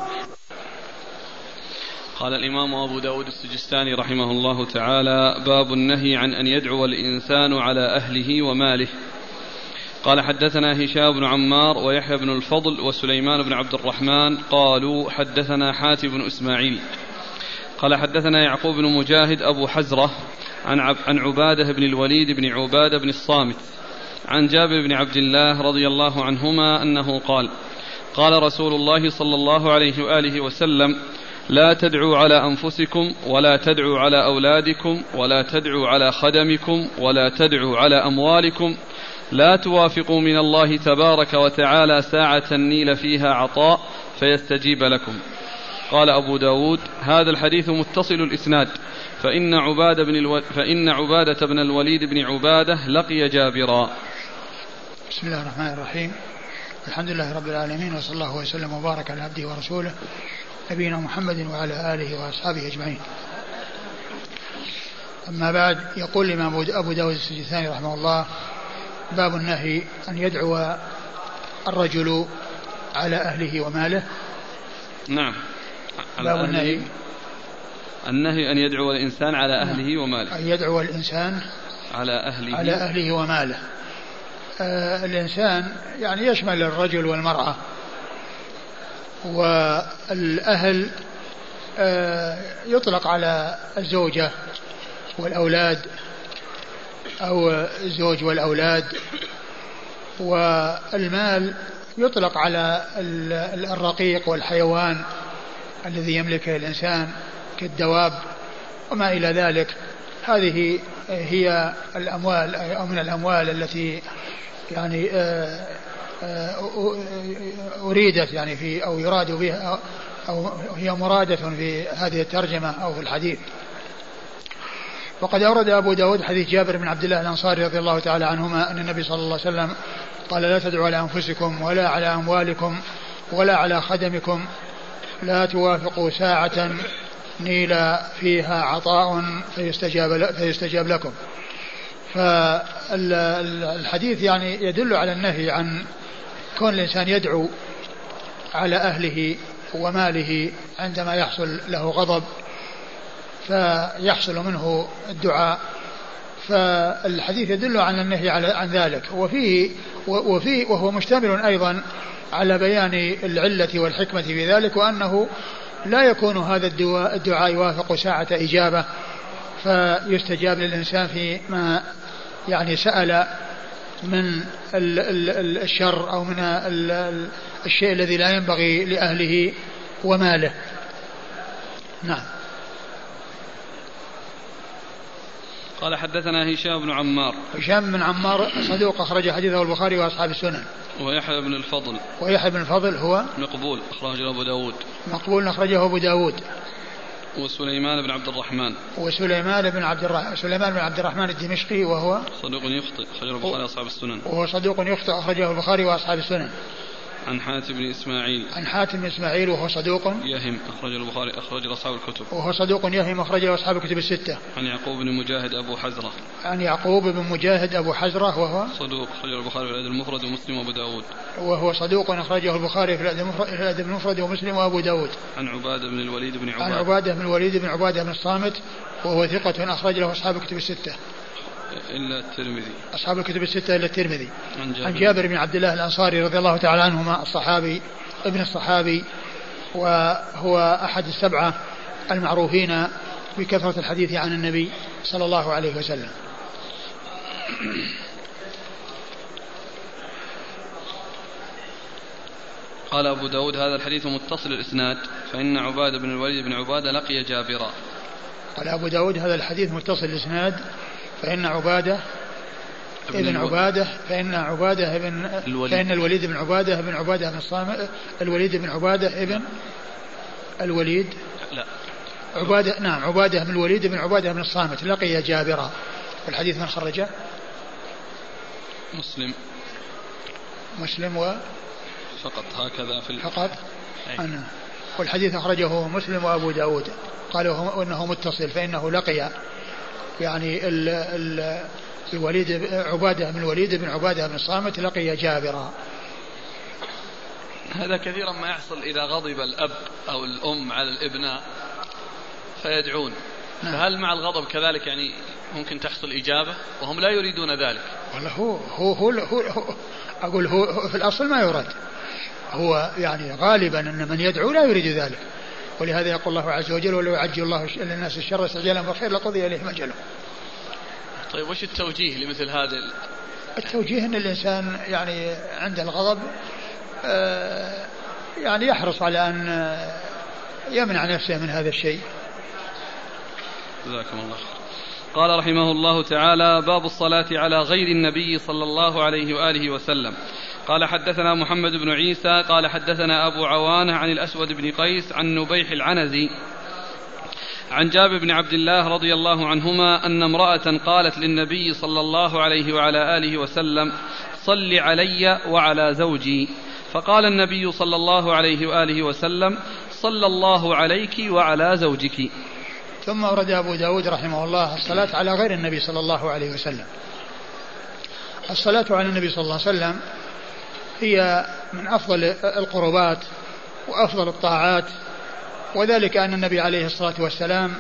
قال الإمام أبو داود السجستاني رحمه الله تعالى باب النهي عن أن يدعو الإنسان على أهله وماله. قال حدثنا هشام بن عمار ويحيى بن الفضل وسليمان بن عبد الرحمن قالوا حدثنا حاتم بن إسماعيل قال حدثنا يعقوب بن مجاهد أبو حزرة عن عبادة بن الوليد بن عبادة بن الصامت عن جابر بن عبد الله رضي الله عنهما أنه قال قال رسول الله صلى الله عليه وآله وسلم لا تدعوا على أنفسكم ولا تدعوا على أولادكم ولا تدعوا على خدمكم ولا تدعوا على أموالكم لا توافقوا من الله تبارك وتعالى ساعة النيل فيها عطاء فيستجيب لكم. قال أبو داود هذا الحديث متصل الإسناد فإن عبادة بن الوليد بن عبادة لقي جابرا. بسم الله الرحمن الرحيم الحمد لله رب العالمين وصلى الله وسلم وبارك على عبده ورسوله نبينا محمد وعلى آله وأصحابه أجمعين. أما بعد يقول الإمام أبو داود السجستاني رحمه الله باب النهي أن يدعو الرجل على أهله وماله. نعم. باب النهي أن يدعو الإنسان على أهله وماله. أن يدعو الإنسان على أهله وماله. الإنسان يعني يشمل الرجل والمرأة، والأهل يطلق على الزوجة والأولاد أو الزوج والأولاد، والمال يطلق على الرقيق والحيوان الذي يملكه الإنسان كالدواب وما إلى ذلك. هذه هي الأموال أو من الأموال التي يعني أريدت يعني في أو يراد بها أو هي مرادة في هذه الترجمة أو في الحديث. وقد أورد أبو داود حديث جابر بن عبد الله الأنصاري رضي الله تعالى عنهما أن النبي صلى الله عليه وسلم قال: لا تدعوا على أنفسكم ولا على أموالكم ولا على خدمكم، لا توافقوا ساعة نيل فيها عطاء فيستجاب لكم. فالحديث يعني يدل على النهي عن كون الإنسان يدعو على أهله وماله عندما يحصل له غضب فيحصل منه الدعاء. فالحديث يدل على النهي عن ذلك، وهو مشتمل أيضا على بيان العلة والحكمة في ذلك، وأنه لا يكون هذا الدعاء يوافق ساعة إجابة فيستجاب للإنسان فيما يعني سأل من الشر أو من الشيء الذي لا ينبغي لأهله وماله. نعم. قال: حدثنا هشام بن عمار. هشام بن عمار صدوق أخرج حديثه البخاري وأصحاب السنن. ويحيى بن الفضل. ويحيى بن الفضل هو مقبول أخرجه أبو داود. مقبول أخرجه أبو داود. وسليمان بن عبد الرحمن. سليمان بن عبد الرحمن الدمشقي وهو صدوق يخطئ أخرجه البخاري وأصحاب السنن. وهو صدوق يخطئ أخرجه البخاري وأصحاب السنن. عن حاتم بن إسماعيل. عن حاتم بن إسماعيل وهو صدوق يهم أخرجه البخاري أخرجه أصحاب الكتب. وهو صدوق يهم أخرجه أصحاب الكتب الستة. عن يعقوب بن مجاهد أبو حزرة. عن يعقوب بن مجاهد أبو حزرة وهو صدوق أخرجه البخاري في الأدب المفرد ومسلم وأبو داود. وهو صدوق أخرجه البخاري في الأدب المفرد ومسلم وأبو داود. عن عبادة بن الوليد بن عبادة. عن عبادة بن الوليد بن عبادة بن الصامت وهو ثقة أخرج له أصحاب الكتب الستة إلا الترمذي. أصحاب الكتب الستة إلا الترمذي. عن جابر بن عبد الله الأنصاري رضي الله تعالى عنهما ابن الصحابي، وهو أحد السبعة المعروفين بكثرة الحديث عن النبي صلى الله عليه وسلم. قال أبو داود: هذا الحديث متصل الإسناد، فإن عبادة بن الوليد بن عبادة لقي جابرا. قال أبو داود: هذا الحديث متصل الإسناد، فإن عبادة ابن عبادة فإن الوليد بن عبادة بن عبادة بن الصامت الوليد بن عبادة ابن الوليد لا عبادة نعم عبادة بن الوليد بن عبادة بن الصامت لقي جابرا. والحديث من خرجه؟ مسلم فقط هكذا في فقط. والحديث أخرجه مسلم وأبو داود، قالوا أنه متصل، فإنه لقي يعني عبادة بن الوليد بن عبادة بن الصامت لقي جابرا. هذا كثيرا ما يحصل إذا غضب الأب أو الأم على الابناء فيدعون. فهل مع الغضب كذلك يعني ممكن تحصل إجابة وهم لا يريدون ذلك؟ والله هو أقول هو في الأصل ما يراد، هو يعني غالبا أن من يدعو لا يريد ذلك، ولهذا يقول الله عز وجل: ولو يعجل الله للناس الشر استعجالهم بالخير لقضي إليهم أجلهم. طيب وش التوجيه لمثل هذا؟ التوجيه أن الإنسان يعني عند الغضب يعني يحرص على أن يمنع نفسه من هذا الشيء. جزاكم الله خير. قال رحمه الله تعالى: باب الصلاة على غير النبي صلى الله عليه وآله وسلم. قال: حدثنا محمد بن عيسى قال حدثنا أبو عوانة عن الأسود بن قيس عن نبيح العنزي عن جابر بن عبد الله رضي الله عنهما أن امرأة قالت للنبي صلى الله عليه وعلى آله وسلم: صل علي وعلى زوجي. فقال النبي صلى الله عليه وآله وسلم: صلى الله عليك وعلى زوجك. ثم أورد أبو داود رحمه الله الصلاة على غير النبي صلى الله عليه وسلم. الصلاة على النبي صلى الله عليه وسلم هي من أفضل القربات وأفضل الطاعات، وذلك أن النبي عليه الصلاة والسلام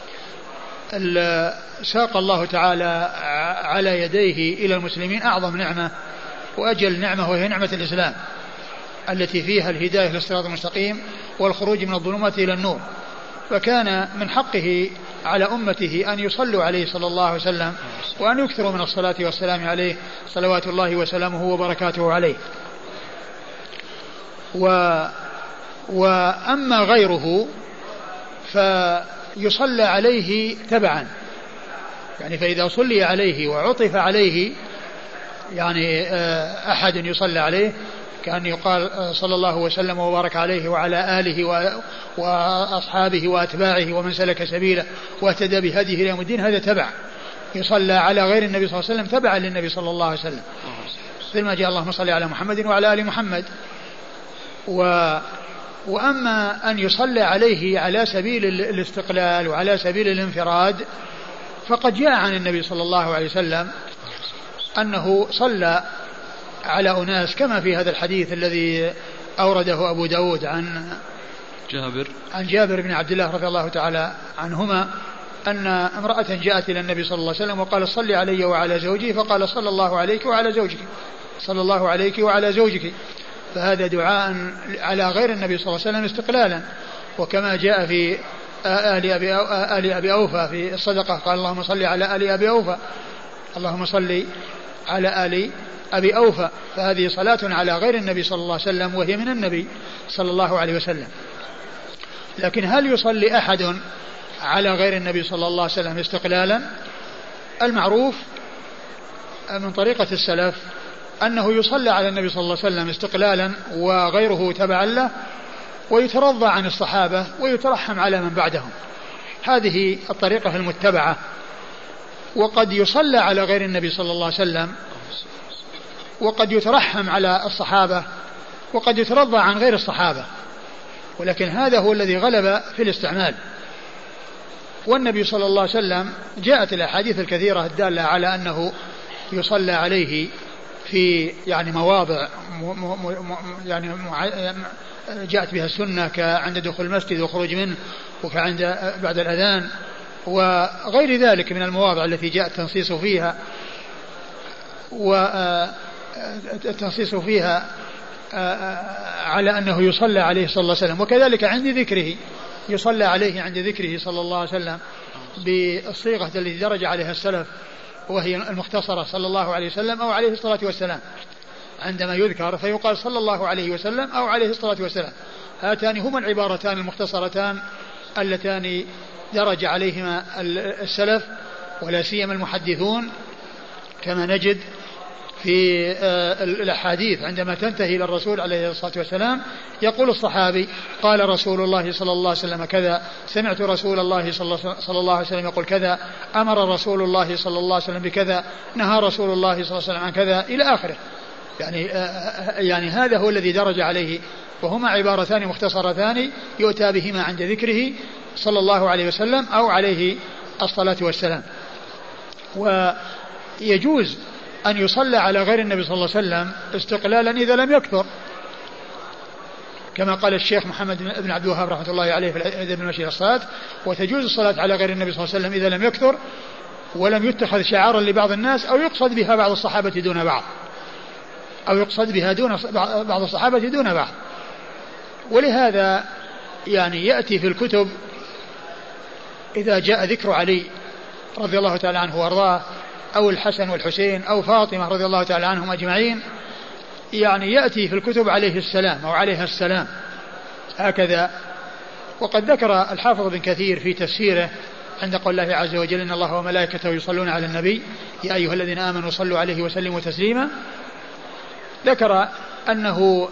ساق الله تعالى على يديه إلى المسلمين أعظم نعمة وأجل نعمة، وهي نعمة الإسلام التي فيها الهداية للصراط المستقيم والخروج من الظلمات إلى النور. فكان من حقه على أمته أن يصلوا عليه صلى الله عليه وسلم وأن يكثروا من الصلاة والسلام عليه صلوات الله وسلامه وبركاته عليه. وأما غيره فيصلى عليه تبعا، يعني فإذا صلي عليه وعطف عليه يعني أحد يصلى عليه كأن يقال صلى الله وسلم وبارك عليه وعلى آله وأصحابه وأتباعه ومن سلك سبيله واهتدى بهديه إلى يوم الدين، هذا تبع يصلى على غير النبي صلى الله عليه وسلم تبعا للنبي صلى الله عليه وسلم، مثل ما جاء اللهم صل على محمد وعلى آل محمد. وأما أن يصلى عليه على سبيل الاستقلال وعلى سبيل الانفراد فقد جاء عن النبي صلى الله عليه وسلم أنه صلى على أناس كما في هذا الحديث الذي أورده أبو داود عن جابر بن عبد الله رضي الله تعالى عنهما أن امرأة جاءت إلى النبي صلى الله عليه وسلم وقال صلي علي وعلى زوجي، فقال صلى الله عليك وعلى زوجك، صلى الله عليك وعلى زوجك. فهذا دعاء على غير النبي صلى الله عليه وسلم استقلالا. وكما جاء في آل أبي أوفى في الصدقة قال اللهم صل على آل أبي أوفى، اللهم صل على آل أبي أوفى، فهذه صلاة على غير النبي صلى الله عليه وسلم وهي من النبي صلى الله عليه وسلم. لكن هل يصلي أحد على غير النبي صلى الله عليه وسلم استقلالا؟ المعروف من طريقة السلف أنه يصلى على النبي صلى الله عليه وسلم استقلالا وغيره تبعا له، ويترضى عن الصحابة ويترحم على من بعدهم، هذه الطريقة المتبعة. وقد يصلى على غير النبي صلى الله عليه وسلم وقد يترحم على الصحابة وقد يترضى عن غير الصحابة، ولكن هذا هو الذي غلب في الاستعمال. والنبي صلى الله عليه وسلم جاءت الأحاديث الكثيرة الدالة على أنه يصلى عليه في يعني مواضع يعني جاءت بها السنة كعند دخول المسجد والخروج منه وكعند بعد الأذان وغير ذلك من المواضع التي جاء التنصيص فيها على أنه يصلى عليه صلى الله عليه وسلم. وكذلك عند ذكره يصلى عليه عند ذكره صلى الله عليه وسلم بالصيغة التي درج عليها السلف وهي المختصرة صلى الله عليه وسلم أو عليه الصلاة والسلام. عندما يذكر فيقال صلى الله عليه وسلم أو عليه الصلاة والسلام، هاتان هما العبارتان المختصرتان اللتان درج عليهما السلف ولا سيما المحدثون، كما نجد في الأحاديث عندما تنتهي إلى الرسول عليه الصلاة والسلام يقول الصحابي قال رسول الله صلى الله عليه وسلم كذا، سمعت رسول الله صلى الله عليه وسلم يقول كذا، أمر رسول الله صلى الله عليه وسلم بكذا، نهى رسول الله صلى الله عليه وسلم عن كذا إلى آخره. يعني هذا هو الذي درج عليه، وهما عبارتان مختصرتان يؤتى بهما عند ذكره صلى الله عليه وسلم أو عليه الصلاة والسلام. ويجوز أن يصلى على غير النبي صلى الله عليه وسلم استقلالا إذا لم يكثر، كما قال الشيخ محمد بن عبد الوهاب رحمة الله عليه في الأدب المشي الصلاة، وتجوز الصلاة على غير النبي صلى الله عليه وسلم إذا لم يكثر ولم يتخذ شعارا لبعض الناس أو يقصد بها بعض الصحابة دون بعض، أو يقصد بها بعض الصحابة دون بعض. ولهذا يعني يأتي في الكتب إذا جاء ذكر علي رضي الله تعالى عنه وارضاه أو الحسن والحسين أو فاطمة رضي الله تعالى عنهم أجمعين، يعني يأتي في الكتب عليه السلام أو عليها السلام هكذا. وقد ذكر الحافظ بن كثير في تفسيره عند قول الله عز وجل إن الله وملائكته يصلون على النبي يا أيها الذين آمنوا صلوا عليه وسلموا تسليما، ذكر أنه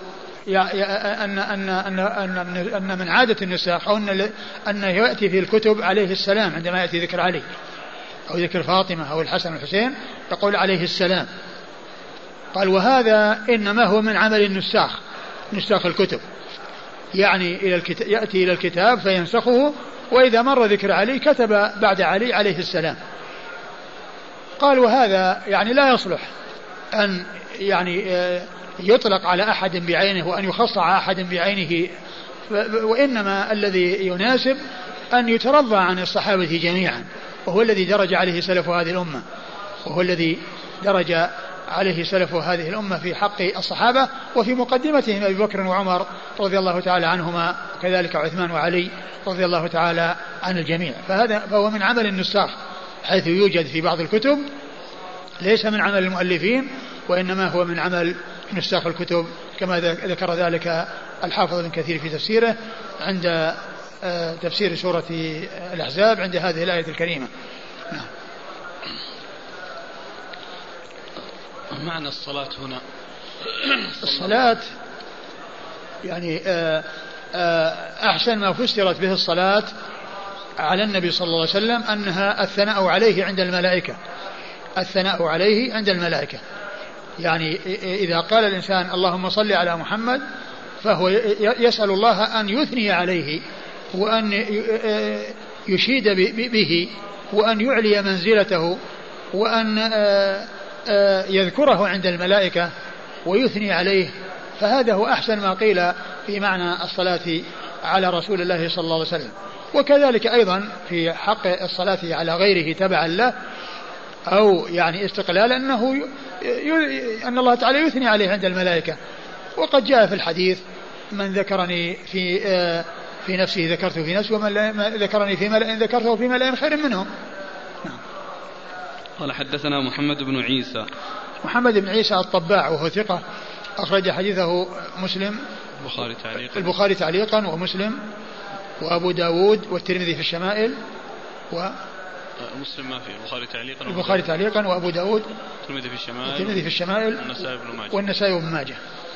أن من عادة النساخ أو أن يأتي في الكتب عليه السلام عندما يأتي ذكر علي أو ذكر فاطمة أو الحسن والحسين يقول عليه السلام. قال وهذا إنما هو من عمل النساخ، نساخ الكتب، يعني يأتي إلى الكتاب فينسخه، وإذا مر ذكر علي كتب بعد علي عليه السلام. قال وهذا يعني لا يصلح أن يعني يطلق على أحد بعينه وأن يخص على أحد بعينه، وإنما الذي يناسب أن يترضى عن الصحابة جميعا، وهو الذي درج عليه سلف هذه الأمة، وهو الذي درج عليه سلف هذه الأمة في حق الصحابة، وفي مقدمتهم أبي بكر وعمر رضي الله تعالى عنهما، وكذلك عثمان وعلي رضي الله تعالى عن الجميع. فهو من عمل النساخ، حيث يوجد في بعض الكتب، ليس من عمل المؤلفين، وإنما هو من عمل نساخ الكتب، كما ذكر ذلك الحافظ ابن كثير في تفسيره عند تفسير سورة الأحزاب عند هذه الآية الكريمة. نعم. معنى الصلاة هنا، الصلاة يعني أحسن ما فسرت به الصلاة على النبي صلى الله عليه وسلم أنها الثناء عليه عند الملائكة، الثناء عليه عند الملائكة. يعني إذا قال الإنسان اللهم صل على محمد، فهو يسأل الله أن يثني عليه، وأن يشيد به، وأن يعلي منزلته، وأن يذكره عند الملائكة ويثني عليه. فهذا هو أحسن ما قيل في معنى الصلاة على رسول الله صلى الله عليه وسلم. وكذلك أيضا في حق الصلاة على غيره تبعا له أو يعني استقلالا، أن الله تعالى يثني عليه عند الملائكة. وقد جاء في الحديث من ذكرني في نفسه ذكرته في نفسه، ومن ذكرني في ملأ ذكرته في ملأ خير منهم. قال حدثنا محمد بن عيسى، محمد بن عيسى الطباع، وهو ثقة، أخرج حديثه مسلم البخاري تعليقا ومسلم وأبو داود والترمذي في الشمائل، مسلم ما فيه، البخاري تعليقا وأبو داود الترمذي في الشمائل والنسائي بن ماجه.